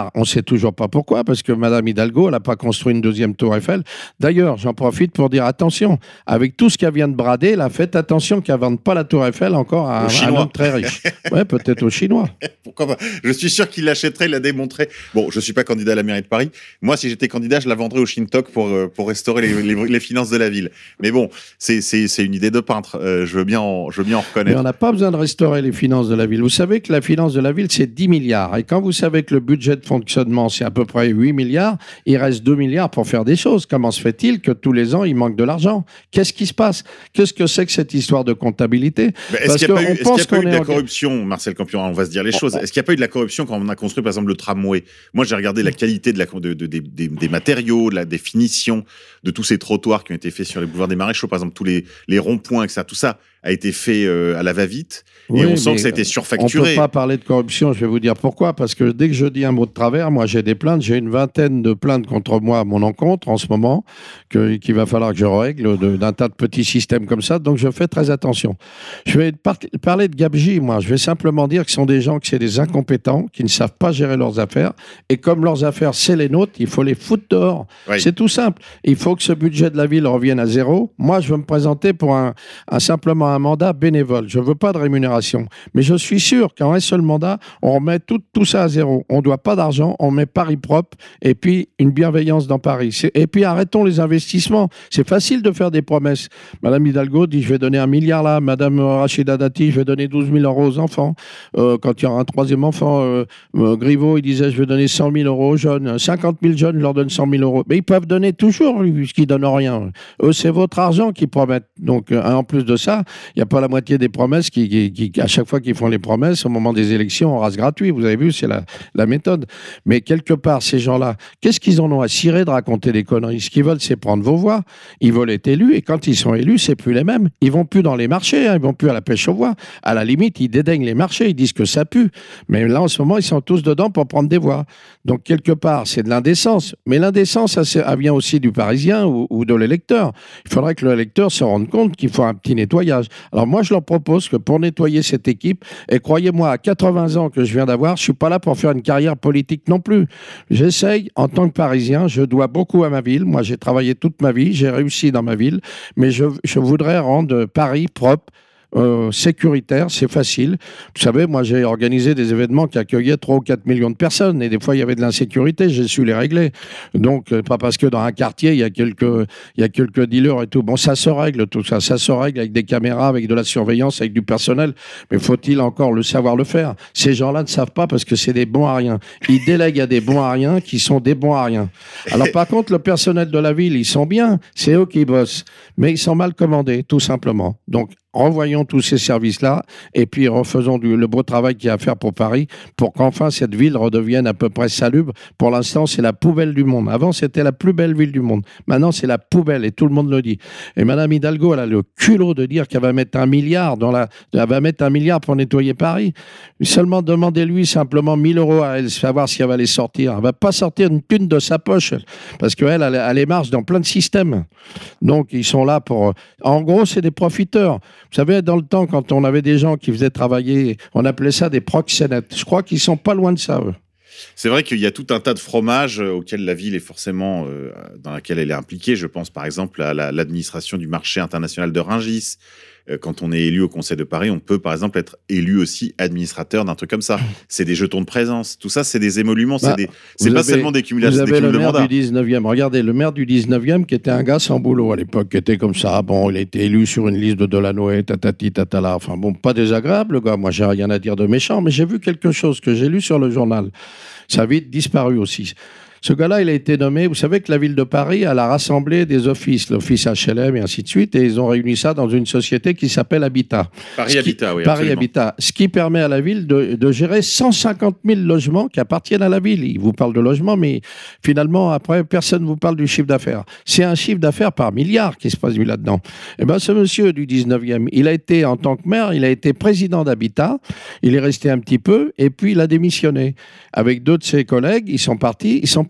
toujours pas pourquoi, parce que Madame Hidalgo, elle n'a pas construit une deuxième tour Eiffel. D'ailleurs, j'en profite pour dire attention, avec tout ce qu'elle vient de brader, là, faites attention qu'elle ne vende pas la tour Eiffel encore à un, un homme très riche. Ouais, peut-être aux Chinois. Pourquoi pas? Je suis sûr qu'il l'achèterait, il l'a démontré. Bon, je suis pas candidat à la mairie de Paris. Moi, si j'étais candidat, je la vendrais au Shintok pour, euh, pour restaurer les, les, les finances de la ville. Mais bon, c'est, c'est, c'est une idée de peintre. Euh, je veux bien en, je veux bien en reconnaître. Mais on n'a pas besoin de restaurer les finances de la ville. Vous savez que la finance de la ville, c'est dix milliards. Et quand vous savez que le budget de fonctionnement, c'est à peu près huit milliards, il reste deux milliards pour faire des choses. Comment se fait-il que tous les ans, il manque de l'argent? Qu'est-ce qui se passe? Qu'est-ce que c'est que cette histoire de comptabilité? Mais est-ce qu'il n'y a pas eu, est-ce qu'il y a pas eu de la corruption, Marcel Campion? On va se dire les choses. Est-ce qu'il n'y a pas eu de la corruption quand on a construit, par exemple, le tramway? Moi, j'ai regardé la qualité de la, de, de, de, des, des matériaux, de la définition de tous ces trottoirs qui ont été faits sur les boulevards des Maréchaux, par exemple, tous les, les ronds-points, et cetera. Tout ça a été fait euh, à la va-vite. Oui, et on sent que ça a été surfacturé. On ne peut pas parler de corruption, je vais vous dire pourquoi. Parce que dès que je dis un mot de travers, moi j'ai des plaintes, j'ai une vingtaine de plaintes contre moi à mon encontre en ce moment, que, qu'il va falloir que je règle de, d'un tas de petits systèmes comme ça. Donc je fais très attention. Je vais par- parler de gabegie, moi. Je vais simplement dire que ce sont des gens qui sont des incompétents, qui ne savent pas gérer leurs affaires. Et comme leurs affaires, c'est les nôtres, il faut les foutre dehors. Oui. C'est tout simple. Il faut que ce budget de la ville revienne à zéro. Moi, je veux me présenter pour un, un simplement un mandat bénévole. Je ne veux pas de rémunération. Mais je suis sûr qu'en un seul mandat, on remet tout, tout ça à zéro. On ne doit pas d'argent, on met Paris propre et puis une bienveillance dans Paris. C'est... Et puis arrêtons les investissements. C'est facile de faire des promesses. Madame Hidalgo dit je vais donner un milliard là. Madame Rachida Dati, je vais donner douze mille euros aux enfants. Euh, quand il y aura un troisième enfant, euh, euh, Griveaux, il disait je vais donner cent mille euros aux jeunes. cinquante mille jeunes, je leur donne cent mille euros. Mais ils peuvent donner toujours, puisqu'ils ne donnent rien. Eux, c'est votre argent qu'ils promettent. Donc, euh, en plus de ça, il n'y a pas la moitié des promesses qui, qui, qui, à chaque fois qu'ils font les promesses, au moment des élections, on rase gratuit. Vous avez vu, c'est la, la méthode. Mais quelque part, ces gens-là, qu'est-ce qu'ils en ont à cirer de raconter des conneries? Ce qu'ils veulent, c'est prendre vos voix. Ils veulent être élus. Et quand ils sont élus, c'est plus les mêmes. Ils vont plus dans les marchés. Hein, ils vont plus à la pêche aux voix. À la limite, ils dédaignent les marchés. Ils disent que ça pue. Mais là, en ce moment, ils sont tous dedans pour prendre des voix. Donc, quelque part, c'est de l'indécence. Mais l'indécence, ça, ça vient aussi du Parisien ou, ou de l'électeur. Il faudrait que l'électeur se rende compte qu'il faut un petit nettoyage. Alors moi, je leur propose que pour nettoyer cette équipe, et croyez-moi, à quatre-vingts ans que je viens d'avoir, je suis pas là pour faire une carrière politique non plus. J'essaye, en tant que Parisien, je dois beaucoup à ma ville. Moi, j'ai travaillé toute ma vie, j'ai réussi dans ma ville, mais je, je voudrais rendre Paris propre, Euh, sécuritaire, c'est facile. Vous savez, moi, j'ai organisé des événements qui accueillaient trois ou quatre millions de personnes et des fois, il y avait de l'insécurité, j'ai su les régler. Donc, euh, pas parce que dans un quartier, il y a quelques, il y a quelques dealers et tout. Bon, ça se règle, tout ça. Ça se règle avec des caméras, avec de la surveillance, avec du personnel. Mais faut-il encore le savoir le faire? Ces gens-là ne savent pas parce que c'est des bons à rien. Ils délèguent à des bons à rien qui sont des bons à rien. Alors, par contre, le personnel de la ville, ils sont bien. C'est eux qui bossent. Mais ils sont mal commandés, tout simplement. Donc, renvoyons tous ces services-là et puis refaisons du, le beau travail qu'il y a à faire pour Paris pour qu'enfin cette ville redevienne à peu près salubre. Pour l'instant, c'est la poubelle du monde. Avant, c'était la plus belle ville du monde. Maintenant, c'est la poubelle et tout le monde le dit. Et Madame Hidalgo, elle a le culot de dire qu'elle va mettre un milliard dans la, elle va mettre un milliard pour nettoyer Paris. Seulement, demandez-lui simplement mille euros à elle, savoir si elle va les sortir. Elle va pas sortir une thune de sa poche parce qu'elle, elle, elle les marche dans plein de systèmes. Donc, ils sont là pour... En gros, c'est des profiteurs. Vous savez, dans le temps, quand on avait des gens qui faisaient travailler, on appelait ça des proxénètes. Je crois qu'ils sont pas loin de ça, eux. C'est vrai qu'il y a tout un tas de fromages auxquels la ville est forcément, euh, dans laquelle elle est impliquée. Je pense par exemple à la, l'administration du marché international de Rungis. Euh, quand on est élu au Conseil de Paris, on peut par exemple être élu aussi administrateur d'un truc comme ça. C'est des jetons de présence. Tout ça, c'est des émoluments. Bah, c'est, des, c'est pas avez, seulement des cumulations de mandats. Vous avez le maire du dix-neuvième. Regardez, le maire du dix-neuvième qui était un gars sans boulot à l'époque, qui était comme ça. Bon, il a été élu sur une liste de Delanoë, tatati, tatala. Enfin bon, pas désagréable, le gars. Moi, j'ai rien à dire de méchant, mais j'ai vu quelque chose que j'ai lu sur le journal. Ça a vite disparu aussi. Ce gars-là, il a été nommé, vous savez que la ville de Paris, elle a rassemblé des offices, l'office H L M et ainsi de suite, et ils ont réuni ça dans une société qui s'appelle Habitat. Paris qui, Habitat, oui, Paris absolument. Habitat, ce qui permet à la ville de, de gérer cent cinquante mille logements qui appartiennent à la ville. Il vous parle de logements, mais finalement, après, personne ne vous parle du chiffre d'affaires. C'est un chiffre d'affaires par milliard qui se passe lui là-dedans. Eh bien, ce monsieur du dix-neuvième, il a été, en tant que maire, il a été président d'Habitat, il est resté un petit peu, et puis il a démissionné. Avec deux de ses collègues, ils sont partis, ils sont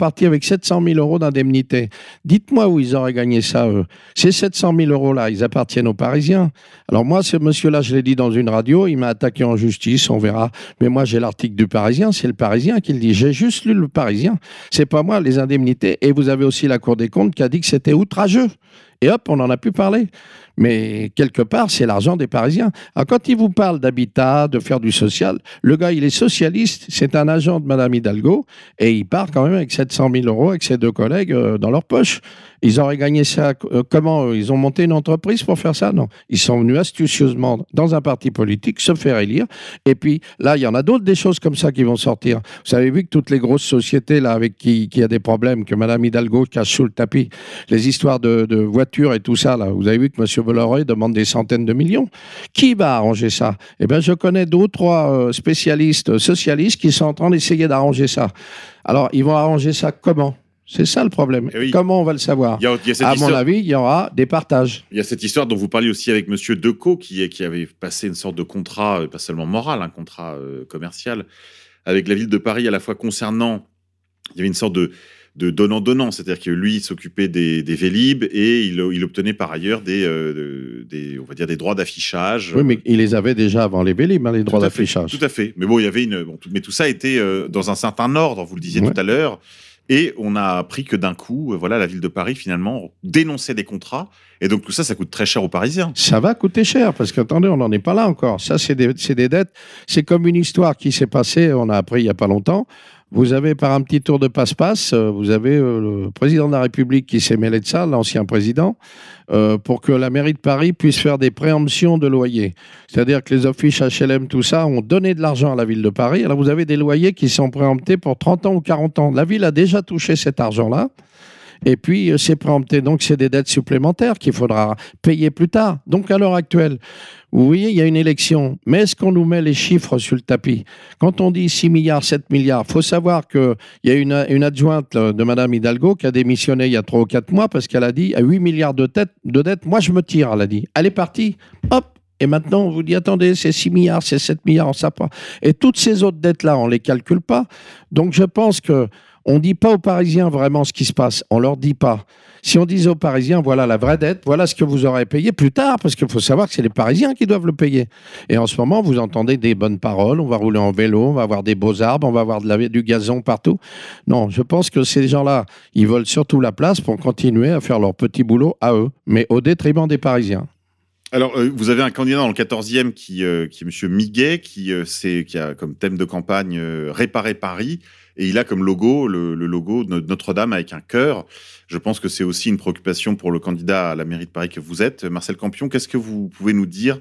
partis avec sept cent mille euros d'indemnité. Dites-moi où ils auraient gagné ça, eux. Ces sept cent mille euros-là, ils appartiennent aux Parisiens. Alors moi, ce monsieur-là, je l'ai dit dans une radio, il m'a attaqué en justice, on verra. Mais moi, j'ai l'article du Parisien, c'est le Parisien qui le dit. J'ai juste lu le Parisien. C'est pas moi, les indemnités. Et vous avez aussi la Cour des comptes qui a dit que c'était outrageux. Et hop, on en a pu parler. Mais quelque part, c'est l'argent des Parisiens. Alors, quand il vous parle d'habitat, de faire du social, le gars, il est socialiste, c'est un agent de Madame Hidalgo, et il part quand même avec sept cent mille euros avec ses deux collègues euh, dans leur poche. Ils auraient gagné ça euh, comment euh, Ils ont monté une entreprise pour faire ça? Non. Ils sont venus astucieusement dans un parti politique, se faire élire, et puis là, il y en a d'autres, des choses comme ça qui vont sortir. Vous avez vu que toutes les grosses sociétés là, avec qui, qui a des problèmes, que Madame Hidalgo cache sous le tapis, les histoires de, de voitures et tout ça, là, vous avez vu que Monsieur Bolloré demande des centaines de millions. Qui va arranger ça? Eh bien, je connais deux ou trois euh, spécialistes socialistes qui sont en train d'essayer d'arranger ça. Alors, ils vont arranger ça comment? C'est ça le problème. Oui. Comment on va le savoir? Il y a, il y a cette À histoire... mon avis, il y aura des partages. Il y a cette histoire dont vous parliez aussi avec Monsieur Decaux, qui, qui avait passé une sorte de contrat, pas seulement moral, un contrat euh, commercial, avec la ville de Paris, à la fois concernant... Il y avait une sorte de... de donnant-donnant, c'est-à-dire que lui il s'occupait des, des Vélib et il, il obtenait par ailleurs des, euh, des, on va dire des droits d'affichage. Oui, mais il les avait déjà avant les Vélib, hein, les droits d'affichage. Tout à fait. Mais bon, il y avait une, bon, tout, mais tout ça était euh, dans un certain ordre, vous le disiez ouais. tout à l'heure. Et on a appris que d'un coup, euh, voilà, la ville de Paris finalement dénonçait des contrats. Et donc tout ça, ça coûte très cher aux Parisiens. Ça va coûter cher parce qu'attendez, on n'en est pas là encore. Ça, c'est des, c'est des dettes. C'est comme une histoire qui s'est passée. On a appris il y a pas longtemps. Vous avez, par un petit tour de passe-passe, vous avez euh, le président de la République qui s'est mêlé de ça, l'ancien président, euh, pour que la mairie de Paris puisse faire des préemptions de loyers. C'est-à-dire que les offices H L M, tout ça, ont donné de l'argent à la ville de Paris. Alors vous avez des loyers qui sont préemptés pour trente ans ou quarante ans. La ville a déjà touché cet argent-là. Et puis, euh, c'est préempté. Donc, c'est des dettes supplémentaires qu'il faudra payer plus tard. Donc, à l'heure actuelle, vous voyez, il y a une élection. Mais est-ce qu'on nous met les chiffres sur le tapis? Quand on dit six milliards, sept milliards, il faut savoir qu'il y a une, une adjointe de Mme Hidalgo qui a démissionné il y a trois ou quatre mois parce qu'elle a dit à huit milliards de, tête, de dettes, moi, je me tire, elle a dit. Elle est partie. Hop. Et maintenant, on vous dit, attendez, c'est six milliards, c'est sept milliards, on ne sait pas. Et toutes ces autres dettes-là, on ne les calcule pas. Donc, je pense que on ne dit pas aux Parisiens vraiment ce qui se passe. On ne leur dit pas. Si on disait aux Parisiens, voilà la vraie dette, voilà ce que vous aurez payé plus tard, parce qu'il faut savoir que c'est les Parisiens qui doivent le payer. Et en ce moment, vous entendez des bonnes paroles, on va rouler en vélo, on va avoir des beaux arbres, on va avoir de la, du gazon partout. Non, je pense que ces gens-là, ils veulent surtout la place pour continuer à faire leur petit boulot à eux, mais au détriment des Parisiens. Alors, euh, vous avez un candidat dans le quatorzième qui, euh, qui est M. Miguet, qui, euh, c'est, qui a comme thème de campagne euh, « Réparer Paris ». Et il a comme logo le, le logo de Notre-Dame avec un cœur. Je pense que c'est aussi une préoccupation pour le candidat à la mairie de Paris que vous êtes. Marcel Campion, qu'est-ce que vous pouvez nous dire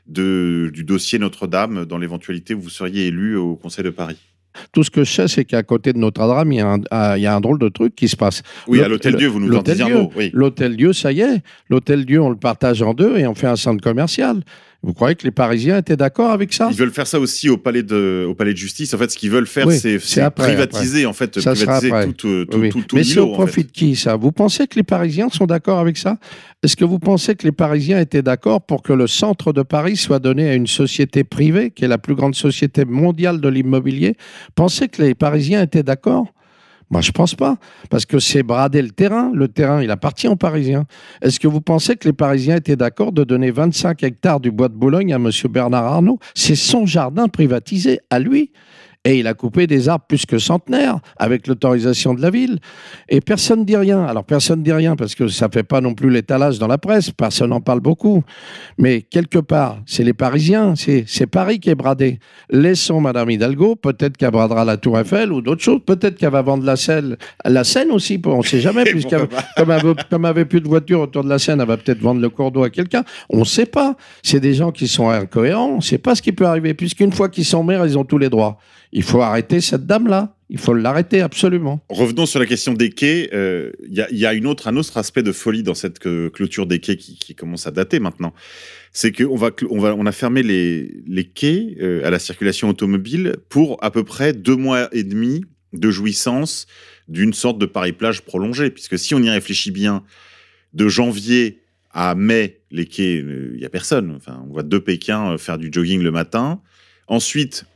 de, du dossier Notre-Dame dans l'éventualité où vous seriez élu au Conseil de Paris? Tout ce que je sais, c'est qu'à côté de Notre-Dame, il y, a un, il y a un drôle de truc qui se passe. Oui, à l'Hôtel-Dieu, vous nous en disiez un mot. Oui. L'Hôtel-Dieu, ça y est. L'Hôtel-Dieu, on le partage en deux et on fait un centre commercial. Vous croyez que les Parisiens étaient d'accord avec ça? Ils veulent faire ça aussi au palais de, au palais de justice. En fait, ce qu'ils veulent faire, oui, c'est, c'est après, privatiser, après. en fait, ça privatiser tout, tout, tout, oui. tout, tout Mais l'îlot, c'est au profit en fait. de qui, ça? Vous pensez que les Parisiens sont d'accord avec ça? Est-ce que vous pensez que les Parisiens étaient d'accord pour que le centre de Paris soit donné à une société privée, qui est la plus grande société mondiale de l'immobilier? Pensez que les Parisiens étaient d'accord? Moi, je pense pas, parce que c'est brader le terrain. Le terrain, il appartient aux Parisiens. Est-ce que vous pensez que les Parisiens étaient d'accord de donner vingt-cinq hectares du bois de Boulogne à M. Bernard Arnault? C'est son jardin privatisé, à lui. Et il a coupé des arbres plus que centenaires avec l'autorisation de la ville. Et personne ne dit rien. Alors, personne ne dit rien parce que ça ne fait pas non plus l'étalage dans la presse. Personne n'en parle beaucoup. Mais quelque part, c'est les Parisiens. C'est, c'est Paris qui est bradé. Laissons Mme Hidalgo. Peut-être qu'elle bradera la Tour Eiffel ou d'autres choses. Peut-être qu'elle va vendre la Seine. La Seine aussi, on ne sait jamais. puisqu'elle, comme elle comme avait plus de voitures autour de la Seine, elle va peut-être vendre le cours d'eau à quelqu'un. On ne sait pas. C'est des gens qui sont incohérents. On ne sait pas ce qui peut arriver. Puisqu'une fois qu'ils sont maires, ils ont tous les droits. Il faut arrêter cette dame-là. Il faut l'arrêter absolument. Revenons sur la question des quais. Il euh, y, y a une autre, un autre aspect de folie dans cette que, clôture des quais qui, qui commence à dater maintenant. C'est qu'on va, on va, on a fermé les, les quais euh, à la circulation automobile pour à peu près deux mois et demi de jouissance d'une sorte de Paris-Plage prolongée. Puisque si on y réfléchit bien, de janvier à mai, les quais, il euh, n'y a personne. Enfin, on voit deux Pékins faire du jogging le matin. Ensuite,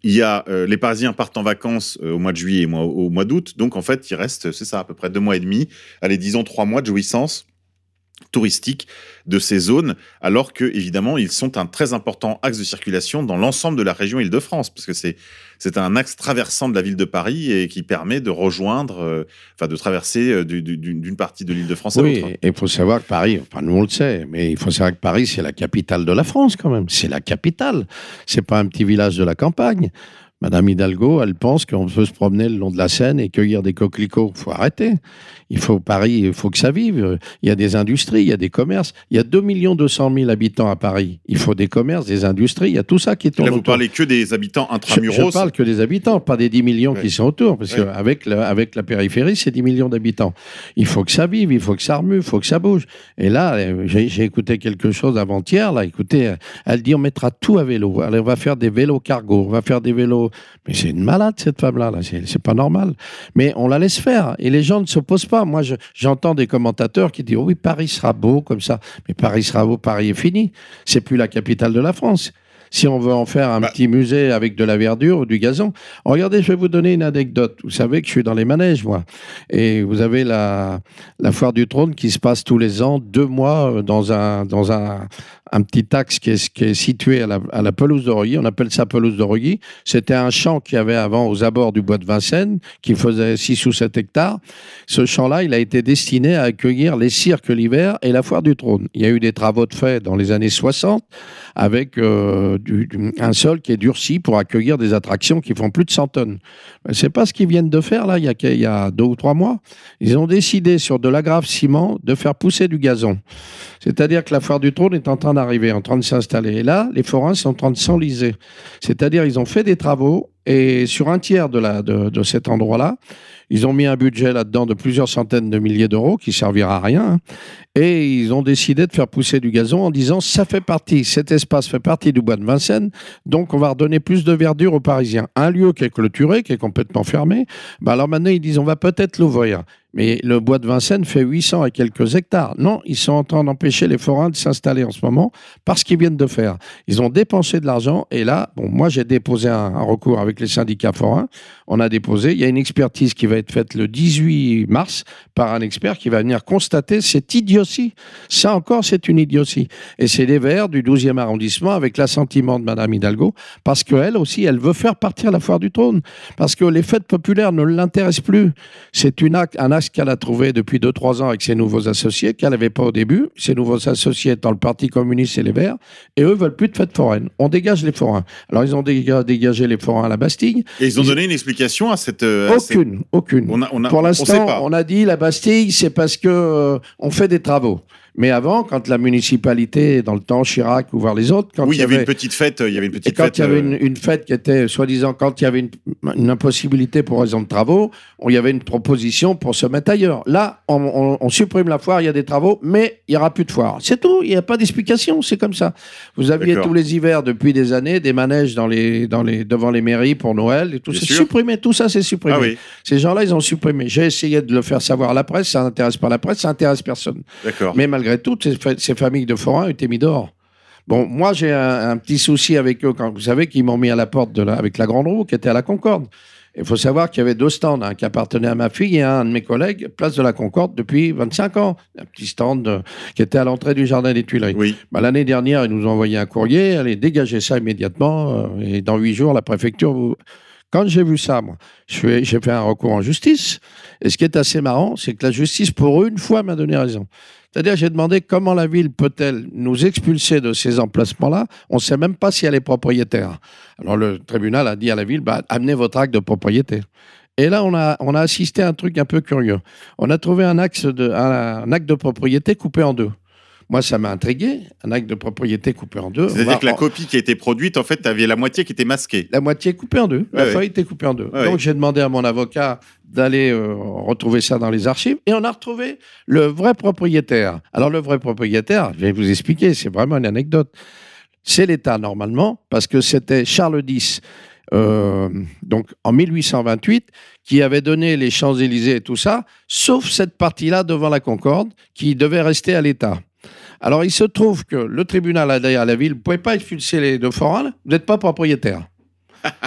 il y a euh, les Parisiens partent en vacances euh, au mois de juillet et moi, au mois d'août, donc en fait il reste, c'est ça, à peu près deux mois et demi, allez disons trois mois de jouissance touristique de ces zones, alors que évidemment ils sont un très important axe de circulation dans l'ensemble de la région Île-de-France, parce que c'est c'est un axe traversant de la ville de Paris et qui permet de rejoindre, euh, enfin de traverser euh, du, du, d'une partie de l'Île-de-France à oui, l'autre. Oui, et il faut savoir que Paris, enfin nous on le sait, mais il faut savoir que Paris c'est la capitale de la France quand même, c'est la capitale, c'est pas un petit village de la campagne. Madame Hidalgo, elle pense qu'on peut se promener le long de la Seine et cueillir des coquelicots. Il faut arrêter. Il faut Paris, il faut que ça vive. Il y a des industries, il y a des commerces. Il y a deux millions deux cent mille habitants à Paris. Il faut des commerces, des industries. Il y a tout ça qui tourne autour. Là, vous autour. parlez que des habitants intramuros. Je, je parle que des habitants, pas des dix millions ouais. qui sont autour. Parce ouais. qu'avec la, avec la périphérie, c'est dix millions d'habitants. Il faut que ça vive, il faut que ça remue, il faut que ça bouge. Et là, j'ai, j'ai écouté quelque chose avant-hier. Là, écoutez, elle dit on mettra tout à vélo. Alors, on va faire des vélos cargo, on va faire des vélos. Mais c'est une malade, cette femme-là. Là. C'est, c'est pas normal. Mais on la laisse faire. Et les gens ne s'opposent pas. Moi, je, j'entends des commentateurs qui disent oh oui, Paris sera beau comme ça. Mais Paris sera beau, Paris est fini. C'est plus la capitale de la France. Si on veut en faire un bah. petit musée avec de la verdure ou du gazon. Regardez, je vais vous donner une anecdote. Vous savez que je suis dans les manèges, moi. Et vous avez la, la foire du trône qui se passe tous les ans, deux mois, dans un, dans un, un petit axe qui est, qui est situé à la, à la pelouse de Reuilly. On appelle ça pelouse de Reuilly. C'était un champ qu'il y avait avant aux abords du bois de Vincennes, qui faisait six ou sept hectares. Ce champ-là, il a été destiné à accueillir les cirques l'hiver et la foire du trône. Il y a eu des travaux de fait dans les années soixante avec euh, du, du, un sol qui est durci pour accueillir des attractions qui font plus de cent tonnes. C'est pas ce qu'ils viennent de faire là, il y a, il y a deux ou trois mois. Ils ont décidé sur de l'agrave ciment de faire pousser du gazon. C'est-à-dire que la foire du trône est en train d'arriver, en train de s'installer. Et là, les forains sont en train de s'enliser. C'est-à-dire ils ont fait des travaux et sur un tiers de, la, de, de cet endroit-là, ils ont mis un budget là-dedans de plusieurs centaines de milliers d'euros qui servira à rien. Hein, et ils ont décidé de faire pousser du gazon en disant ça fait partie, cet espace fait partie du bois de Vincennes, donc on va redonner plus de verdure aux Parisiens. Un lieu qui est clôturé, qui est complètement fermé, bah alors maintenant ils disent on va peut-être l'ouvrir. Mais le bois de Vincennes fait huit cents et quelques hectares. Non, ils sont en train d'empêcher les forains de s'installer en ce moment parce qu'ils viennent de faire. Ils ont dépensé de l'argent et là, bon, moi j'ai déposé un, un recours avec les syndicats forains. On a déposé. Il y a une expertise qui va être faite le dix-huit mars par un expert qui va venir constater cette idiotie. Ça encore, c'est une idiotie. Et c'est les Verts du douzième arrondissement avec l'assentiment de Madame Hidalgo parce qu'elle aussi, elle veut faire partir la foire du trône. Parce que les fêtes populaires ne l'intéressent plus. C'est une acte, un acte qu'elle a trouvé depuis deux trois ans avec ses nouveaux associés, qu'elle n'avait pas au début, ses nouveaux associés étant le Parti communiste et les Verts, et eux veulent plus de fêtes foraines. On dégage les forains. Alors ils ont dégagé les forains à la Bastille. Et ils ont ils... donné une explication à cette... À aucune, cette... aucune. On a, on a, Pour l'instant, on, on a dit la Bastille, c'est parce que euh, on fait des travaux. Mais avant, quand la municipalité, dans le temps Chirac ou voir les autres, quand oui, il y avait, avait une petite fête, il y avait une petite et quand fête. il y avait euh... une, une fête qui était soi-disant, quand il y avait une, une impossibilité pour raison de travaux, on, il y avait une proposition pour se mettre ailleurs. Là, on, on, on supprime la foire, il y a des travaux, mais il y aura plus de foire. C'est tout. Il n'y a pas d'explication. C'est comme ça. Vous aviez D'accord. tous les hivers depuis des années des manèges dans les, dans les, devant les mairies pour Noël et tout. Bien c'est sûr. supprimé. Tout ça, c'est supprimé. Ah oui. Ces gens-là, ils ont supprimé. J'ai essayé de le faire savoir à la presse. Ça n'intéresse pas la presse. Ça n'intéresse personne. D'accord. Mais malgré tout, ces ces familles de forains étaient mis dehors. Bon, moi, j'ai un, un petit souci avec eux. Quand, vous savez qu'ils m'ont mis à la porte de la, avec la Grande Roue, qui était à la Concorde. Il faut savoir qu'il y avait deux stands, un qui appartenait à ma fille et un de mes collègues, place de la Concorde, depuis vingt-cinq ans. Un petit stand de, qui était à l'entrée du Jardin des Tuileries. Oui. Bah, l'année dernière, ils nous ont envoyé un courrier. Allez, dégagez ça immédiatement. Euh, et dans huit jours, la préfecture vous... Quand j'ai vu ça, moi, j'ai fait un recours en justice. Et ce qui est assez marrant, c'est que la justice, pour une fois, m'a donné raison. C'est-à-dire, j'ai demandé comment la ville peut-elle nous expulser de ces emplacements-là. On ne sait même pas si elle est propriétaire. Alors, le tribunal a dit à la ville, bah, amenez votre acte de propriété. Et là, on a, on a assisté à un truc un peu curieux. On a trouvé un, axe de, un, un acte de propriété coupé en deux. Moi, ça m'a intrigué, un acte de propriété coupé en deux. C'est-à-dire que la copie qui a été produite, en fait, tu avais la moitié qui était masquée. La moitié coupée en deux. La ouais, feuille ouais. était coupée en deux. Ouais, Donc, ouais. j'ai demandé à mon avocat d'aller euh, retrouver ça dans les archives. Et on a retrouvé le vrai propriétaire. Alors, le vrai propriétaire, je vais vous expliquer, c'est vraiment une anecdote. C'est l'État, normalement, parce que c'était Charles X, euh, donc en mille huit cent vingt-huit, qui avait donné les Champs-Élysées et tout ça, sauf cette partie-là devant la Concorde, qui devait rester à l'État. Alors, il se trouve que le tribunal a dit à la ville, vous ne pouvez pas expulser les deux forains, vous n'êtes pas propriétaire.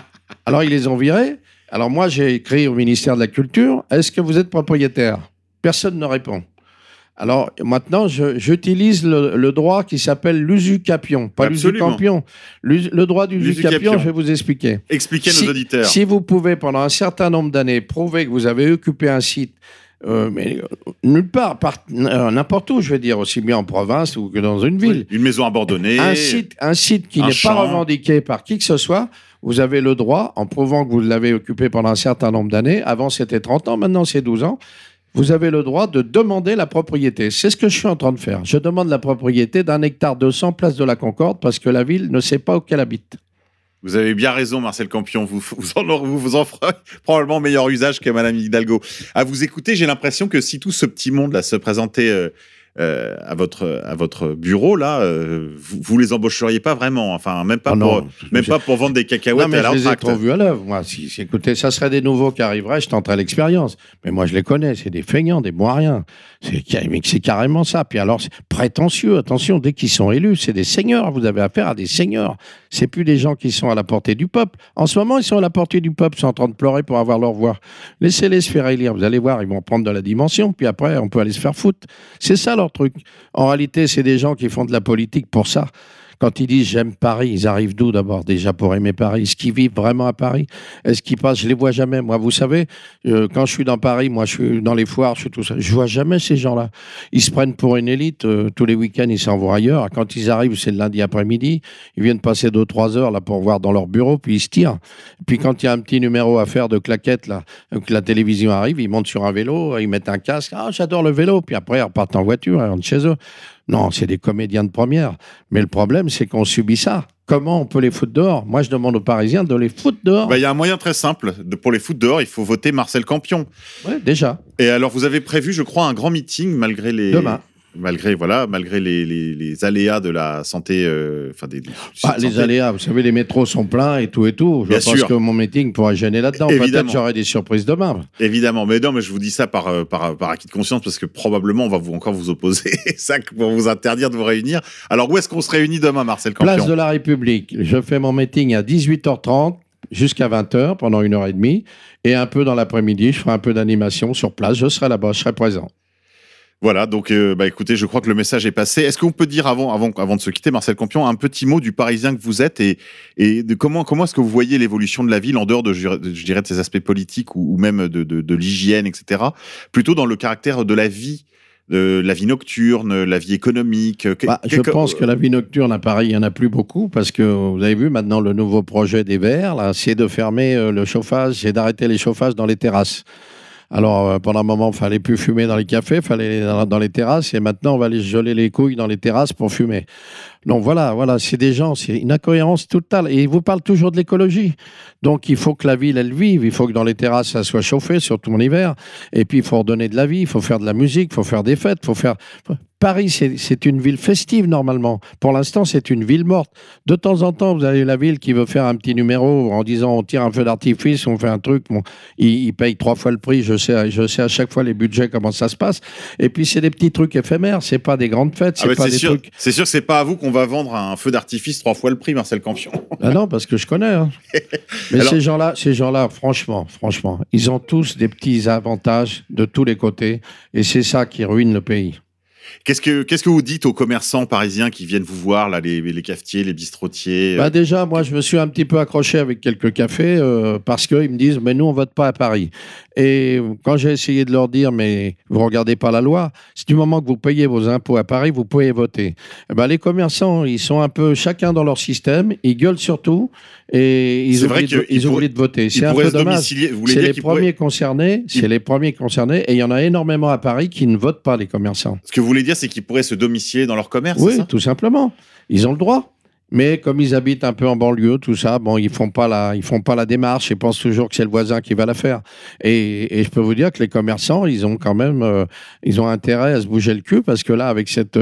Alors, ils les ont virés. Alors, moi, j'ai écrit au ministère de la Culture, est-ce que vous êtes propriétaire? Personne ne répond. Alors, maintenant, je, j'utilise le, le droit qui s'appelle l'usucapion, pas l'usucampion. Le droit d'usucapion, je vais vous expliquer. Expliquez à nos si, auditeurs. Si vous pouvez, pendant un certain nombre d'années, prouver que vous avez occupé un site, euh, mais euh, nulle part, par, euh, n'importe où, je veux dire, aussi bien en province ou que dans une ville. Oui, une maison abandonnée. Un site, un site qui un n'est champ. pas revendiqué par qui que ce soit, vous avez le droit, en prouvant que vous l'avez occupé pendant un certain nombre d'années, avant c'était trente ans, maintenant c'est douze ans, vous avez le droit de demander la propriété. C'est ce que je suis en train de faire. Je demande la propriété d'un hectare deux cents place de la Concorde parce que la ville ne sait pas où qu'elle habite. Vous avez bien raison, Marcel Campion. Vous, vous, en, vous, vous en ferez probablement meilleur usage que Madame Hidalgo. À vous écouter, j'ai l'impression que si tout ce petit monde-là se présentait euh, euh, à, votre, à votre bureau, là, euh, vous, vous les embaucheriez pas vraiment. Enfin, même pas, oh pour, non, même pas pour vendre des cacahuètes non, mais à la je les ai retraite. trop vus à l'œuvre. Moi, si, si, écoutez, ça serait des nouveaux qui arriveraient, je tenterais l'expérience. Mais moi, je les connais. C'est des feignants, des moiriens. C'est, c'est carrément ça. Puis alors, c'est prétentieux. Attention, dès qu'ils sont élus, c'est des seigneurs. Vous avez affaire à des seigneurs. C'est plus des gens qui sont à la portée du peuple. En ce moment, ils sont à la portée du peuple. Ils sont en train de pleurer pour avoir leur voix. Laissez-les se faire élire. Vous allez voir, ils vont prendre de la dimension. Puis après, on peut aller se faire foutre. C'est ça leur truc. En réalité, c'est des gens qui font de la politique pour ça. Quand ils disent « j'aime Paris », ils arrivent d'où d'abord déjà pour aimer Paris? Est-ce qu'ils vivent vraiment à Paris? Est-ce qu'ils passent? Je les vois jamais. Moi, vous savez, euh, quand je suis dans Paris, moi je suis dans les foires, je suis tout ça. Je vois jamais ces gens-là. Ils se prennent pour une élite. Euh, tous les week-ends, ils s'en vont ailleurs. Quand ils arrivent, c'est le lundi après-midi. Ils viennent passer deux trois heures là pour voir dans leur bureau, puis ils se tirent. Puis quand il y a un petit numéro à faire de claquettes là, que la télévision arrive, ils montent sur un vélo, ils mettent un casque. Ah, j'adore le vélo. Puis après, ils repartent en voiture, ils rentrent chez eux. Non, c'est des comédiens de première. Mais le problème, c'est qu'on subit ça. Comment on peut les foutre dehors? Moi, je demande aux Parisiens de les foutre dehors. Bah, y a un moyen très simple. De, pour les foutre dehors, il faut voter Marcel Campion. Oui, déjà. Et alors, vous avez prévu, je crois, un grand meeting malgré les... Demain. Malgré, voilà, malgré les, les, les aléas de la santé... Euh, enfin des, des ah, les santé. aléas, vous savez, les métros sont pleins et tout et tout. Je Bien pense sûr. que mon meeting pourrait gêner là-dedans. Évidemment. Peut-être j'aurai des surprises demain. Évidemment. Mais non, mais je vous dis ça par, par, par acquis de conscience parce que probablement, on va vous, encore vous opposer ça pour vous interdire de vous réunir. Alors, où est-ce qu'on se réunit demain, Marcel Campion? Place de la République. Je fais mon meeting à dix-huit heures trente jusqu'à vingt heures pendant une heure et demie. Et un peu dans l'après-midi, je ferai un peu d'animation sur place. Je serai là-bas, je serai présent. Voilà, donc euh, bah, écoutez, je crois que le message est passé. Est-ce qu'on peut dire avant, avant, avant de se quitter, Marcel Campion, un petit mot du Parisien que vous êtes et, et de comment, comment est-ce que vous voyez l'évolution de la ville en dehors de, je dirais, de ses aspects politiques ou, ou même de, de, de l'hygiène, et cetera. Plutôt dans le caractère de la vie, de la vie nocturne, la vie économique. Bah, je Quelque... pense que la vie nocturne à Paris, il n'y en a plus beaucoup parce que vous avez vu maintenant le nouveau projet des Verts, là, c'est de fermer le chauffage, c'est d'arrêter les chauffages dans les terrasses. Alors, euh, pendant un moment, il fallait plus fumer dans les cafés, il fallait aller dans, dans les terrasses, et maintenant, on va aller geler les couilles dans les terrasses pour fumer. Donc voilà, voilà, c'est des gens, c'est une incohérence totale. Et ils vous parlent toujours de l'écologie. Donc il faut que la ville, elle vive, il faut que dans les terrasses, ça soit chauffé, surtout en hiver. Et puis, il faut redonner de la vie, il faut faire de la musique, il faut faire des fêtes, il faut faire... Paris, c'est, c'est une ville festive, normalement. Pour l'instant, c'est une ville morte. De temps en temps, vous avez la ville qui veut faire un petit numéro en disant on tire un feu d'artifice, on fait un truc. Bon, ils, ils payent trois fois le prix. Je sais, je sais à chaque fois les budgets, comment ça se passe. Et puis, c'est des petits trucs éphémères. C'est pas des grandes fêtes. C'est, ah pas c'est, des sûr, trucs... c'est sûr que c'est pas à vous qu'on va vendre un feu d'artifice trois fois le prix, Marcel Campion. Ah non, parce que je connais. Hein. Mais Alors... ces gens-là, ces gens-là, franchement, franchement, ils ont tous des petits avantages de tous les côtés. Et c'est ça qui ruine le pays. Qu'est-ce que, qu'est-ce que vous dites aux commerçants parisiens qui viennent vous voir, là, les, les cafetiers, les bistrotiers? Bah déjà, moi, je me suis un petit peu accroché avec quelques cafés euh, parce qu'ils me disent « mais nous, on vote pas à Paris ». Et quand j'ai essayé de leur dire « mais vous regardez pas la loi, c'est du moment que vous payez vos impôts à Paris, vous pouvez voter ». Bah, les commerçants, ils sont un peu chacun dans leur système, ils gueulent surtout et ils oublient de, ils oublient de voter. C'est un peu dommage. C'est les premiers concernés, c'est les premiers concernés et il y en a énormément à Paris qui ne votent pas, les commerçants. Ce que vous voulez dire, c'est qu'ils pourraient se domicilier dans leur commerce, oui, c'est ça? Tout simplement. Ils ont le droit. Mais comme ils habitent un peu en banlieue, tout ça, bon, ils font pas la, ils font pas la démarche. Ils pensent toujours que c'est le voisin qui va la faire. Et, et je peux vous dire que les commerçants, ils ont quand même, euh, ils ont intérêt à se bouger le cul parce que là, avec cette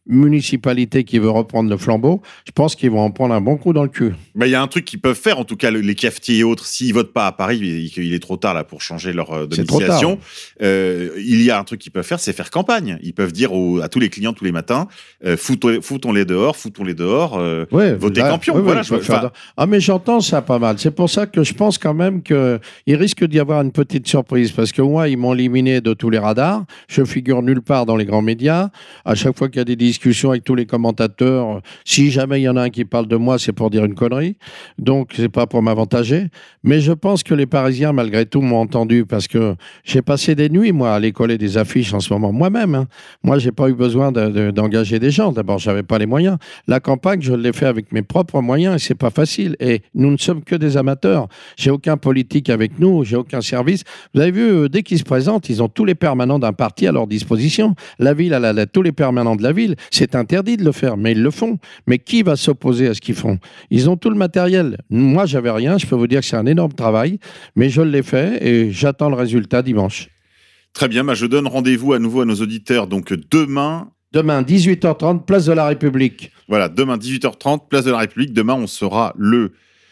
municipalité qui veut reprendre le flambeau, je pense qu'ils vont en prendre un bon coup dans le cul. Bah, il y a un truc qu'ils peuvent faire, en tout cas, le- les cafetiers et autres, s'ils votent pas à Paris, il, il est trop tard là pour changer leur euh, C'est trop tard. domiciliation. Euh, il y a un truc qu'ils peuvent faire, c'est faire campagne. Ils peuvent dire aux- à tous les clients tous les matins, euh, foutons, foutons-les dehors, foutons-les dehors, euh, Ouais, votez là, Campion. ouais, ouais, voilà, il je- faut faire enfin, de- Ah, mais j'entends ça pas mal. C'est pour ça que je pense quand même qu'il risque d'y avoir une petite surprise. Parce que moi, ils m'ont éliminé de tous les radars. Je figure nulle part dans les grands médias. À chaque fois qu'il y a des discussions avec tous les commentateurs, si jamais il y en a un qui parle de moi, c'est pour dire une connerie. Donc, c'est pas pour m'avantager. Mais je pense que les Parisiens, malgré tout, m'ont entendu. Parce que j'ai passé des nuits, moi, à aller coller des affiches en ce moment. Moi-même. Hein. Moi, j'ai pas eu besoin de- de- d'engager des gens. D'abord, j'avais pas les moyens. La campagne, je l'ai fait avec mes propres moyens et c'est pas facile. Et nous ne sommes que des amateurs. J'ai aucun politique avec nous, j'ai aucun service. Vous avez vu, euh, dès qu'ils se présentent, ils ont tous les permanents d'un parti à leur disposition. La ville, elle a la- tous les permanents de la ville. C'est interdit de le faire, mais ils le font. Mais qui va s'opposer à ce qu'ils font? Ils ont tout le matériel. Moi, j'avais rien. Je peux vous dire que c'est un énorme travail, mais je l'ai fait et j'attends le résultat dimanche. très bien, bah, je donne rendez-vous à nouveau à nos auditeurs. Donc demain, Demain, dix-huit heures trente, place de la République. voilà, demain dix-huit heures trente, place de la République. Demain, on sera le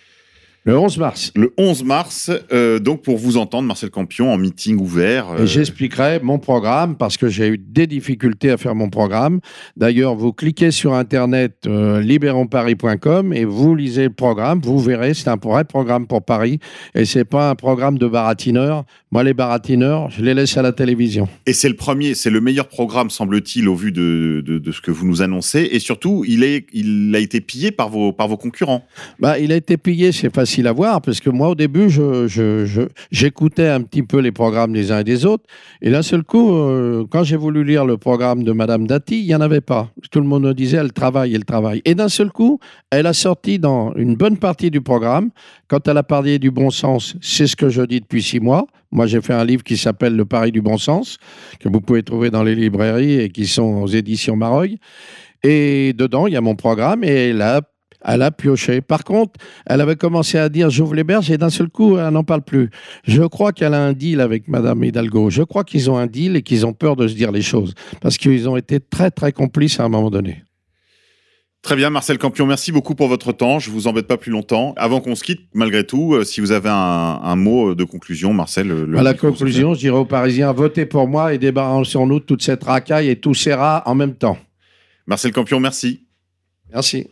Le onze mars. Le onze mars, euh, donc pour vous entendre, Marcel Campion, en meeting ouvert. euh, Et j'expliquerai mon programme parce que j'ai eu des difficultés à faire mon programme. D'ailleurs, vous cliquez sur Internet euh, libérons paris point com et vous lisez le programme. Vous verrez, c'est un vrai programme pour Paris et c'est pas un programme de baratineurs. Moi, les baratineurs, je les laisse à la télévision. Et c'est le premier, c'est le meilleur programme, semble-t-il, au vu de, de, de ce que vous nous annoncez. Et surtout, il, est, il a été pillé par vos, par vos concurrents. Bah, il a été pillé, c'est facile à voir, parce que moi, au début, je, je, je, j'écoutais un petit peu les programmes des uns et des autres, et d'un seul coup, euh, quand j'ai voulu lire le programme de Madame Dati, il n'y en avait pas. Tout le monde me disait, elle travaille, elle travaille. Et d'un seul coup, elle a sorti dans une bonne partie du programme, quand elle a parlé du bon sens, c'est ce que je dis depuis six mois. Moi, j'ai fait un livre qui s'appelle Le Pari du bon sens, que vous pouvez trouver dans les librairies et qui sont aux éditions Mareuil. Et dedans, il y a mon programme, et elle a Elle a pioché. Par contre, elle avait commencé à dire j'ouvre les berges et d'un seul coup, elle n'en parle plus. Je crois qu'elle a un deal avec Madame Hidalgo. Je crois qu'ils ont un deal et qu'ils ont peur de se dire les choses. Parce qu'ils ont été très, très complices à un moment donné. Très bien, Marcel Campion, merci beaucoup pour votre temps. Je vous embête pas plus longtemps. Avant qu'on se quitte, malgré tout, euh, si vous avez un, un mot de conclusion, Marcel. Le À la conclusion, je dirais aux Parisiens, votez pour moi et débarrassons-nous de toute cette racaille et tous ces rats en même temps. Marcel Campion, merci. Merci.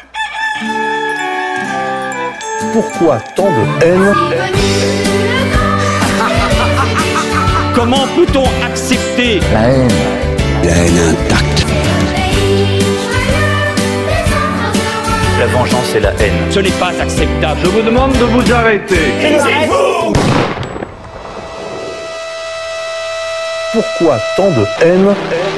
Pourquoi tant de haine? Comment peut-on accepter La haine intacte. la vengeance et la haine? Ce n'est pas acceptable. Je vous demande de vous arrêter. Pourquoi tant de haine?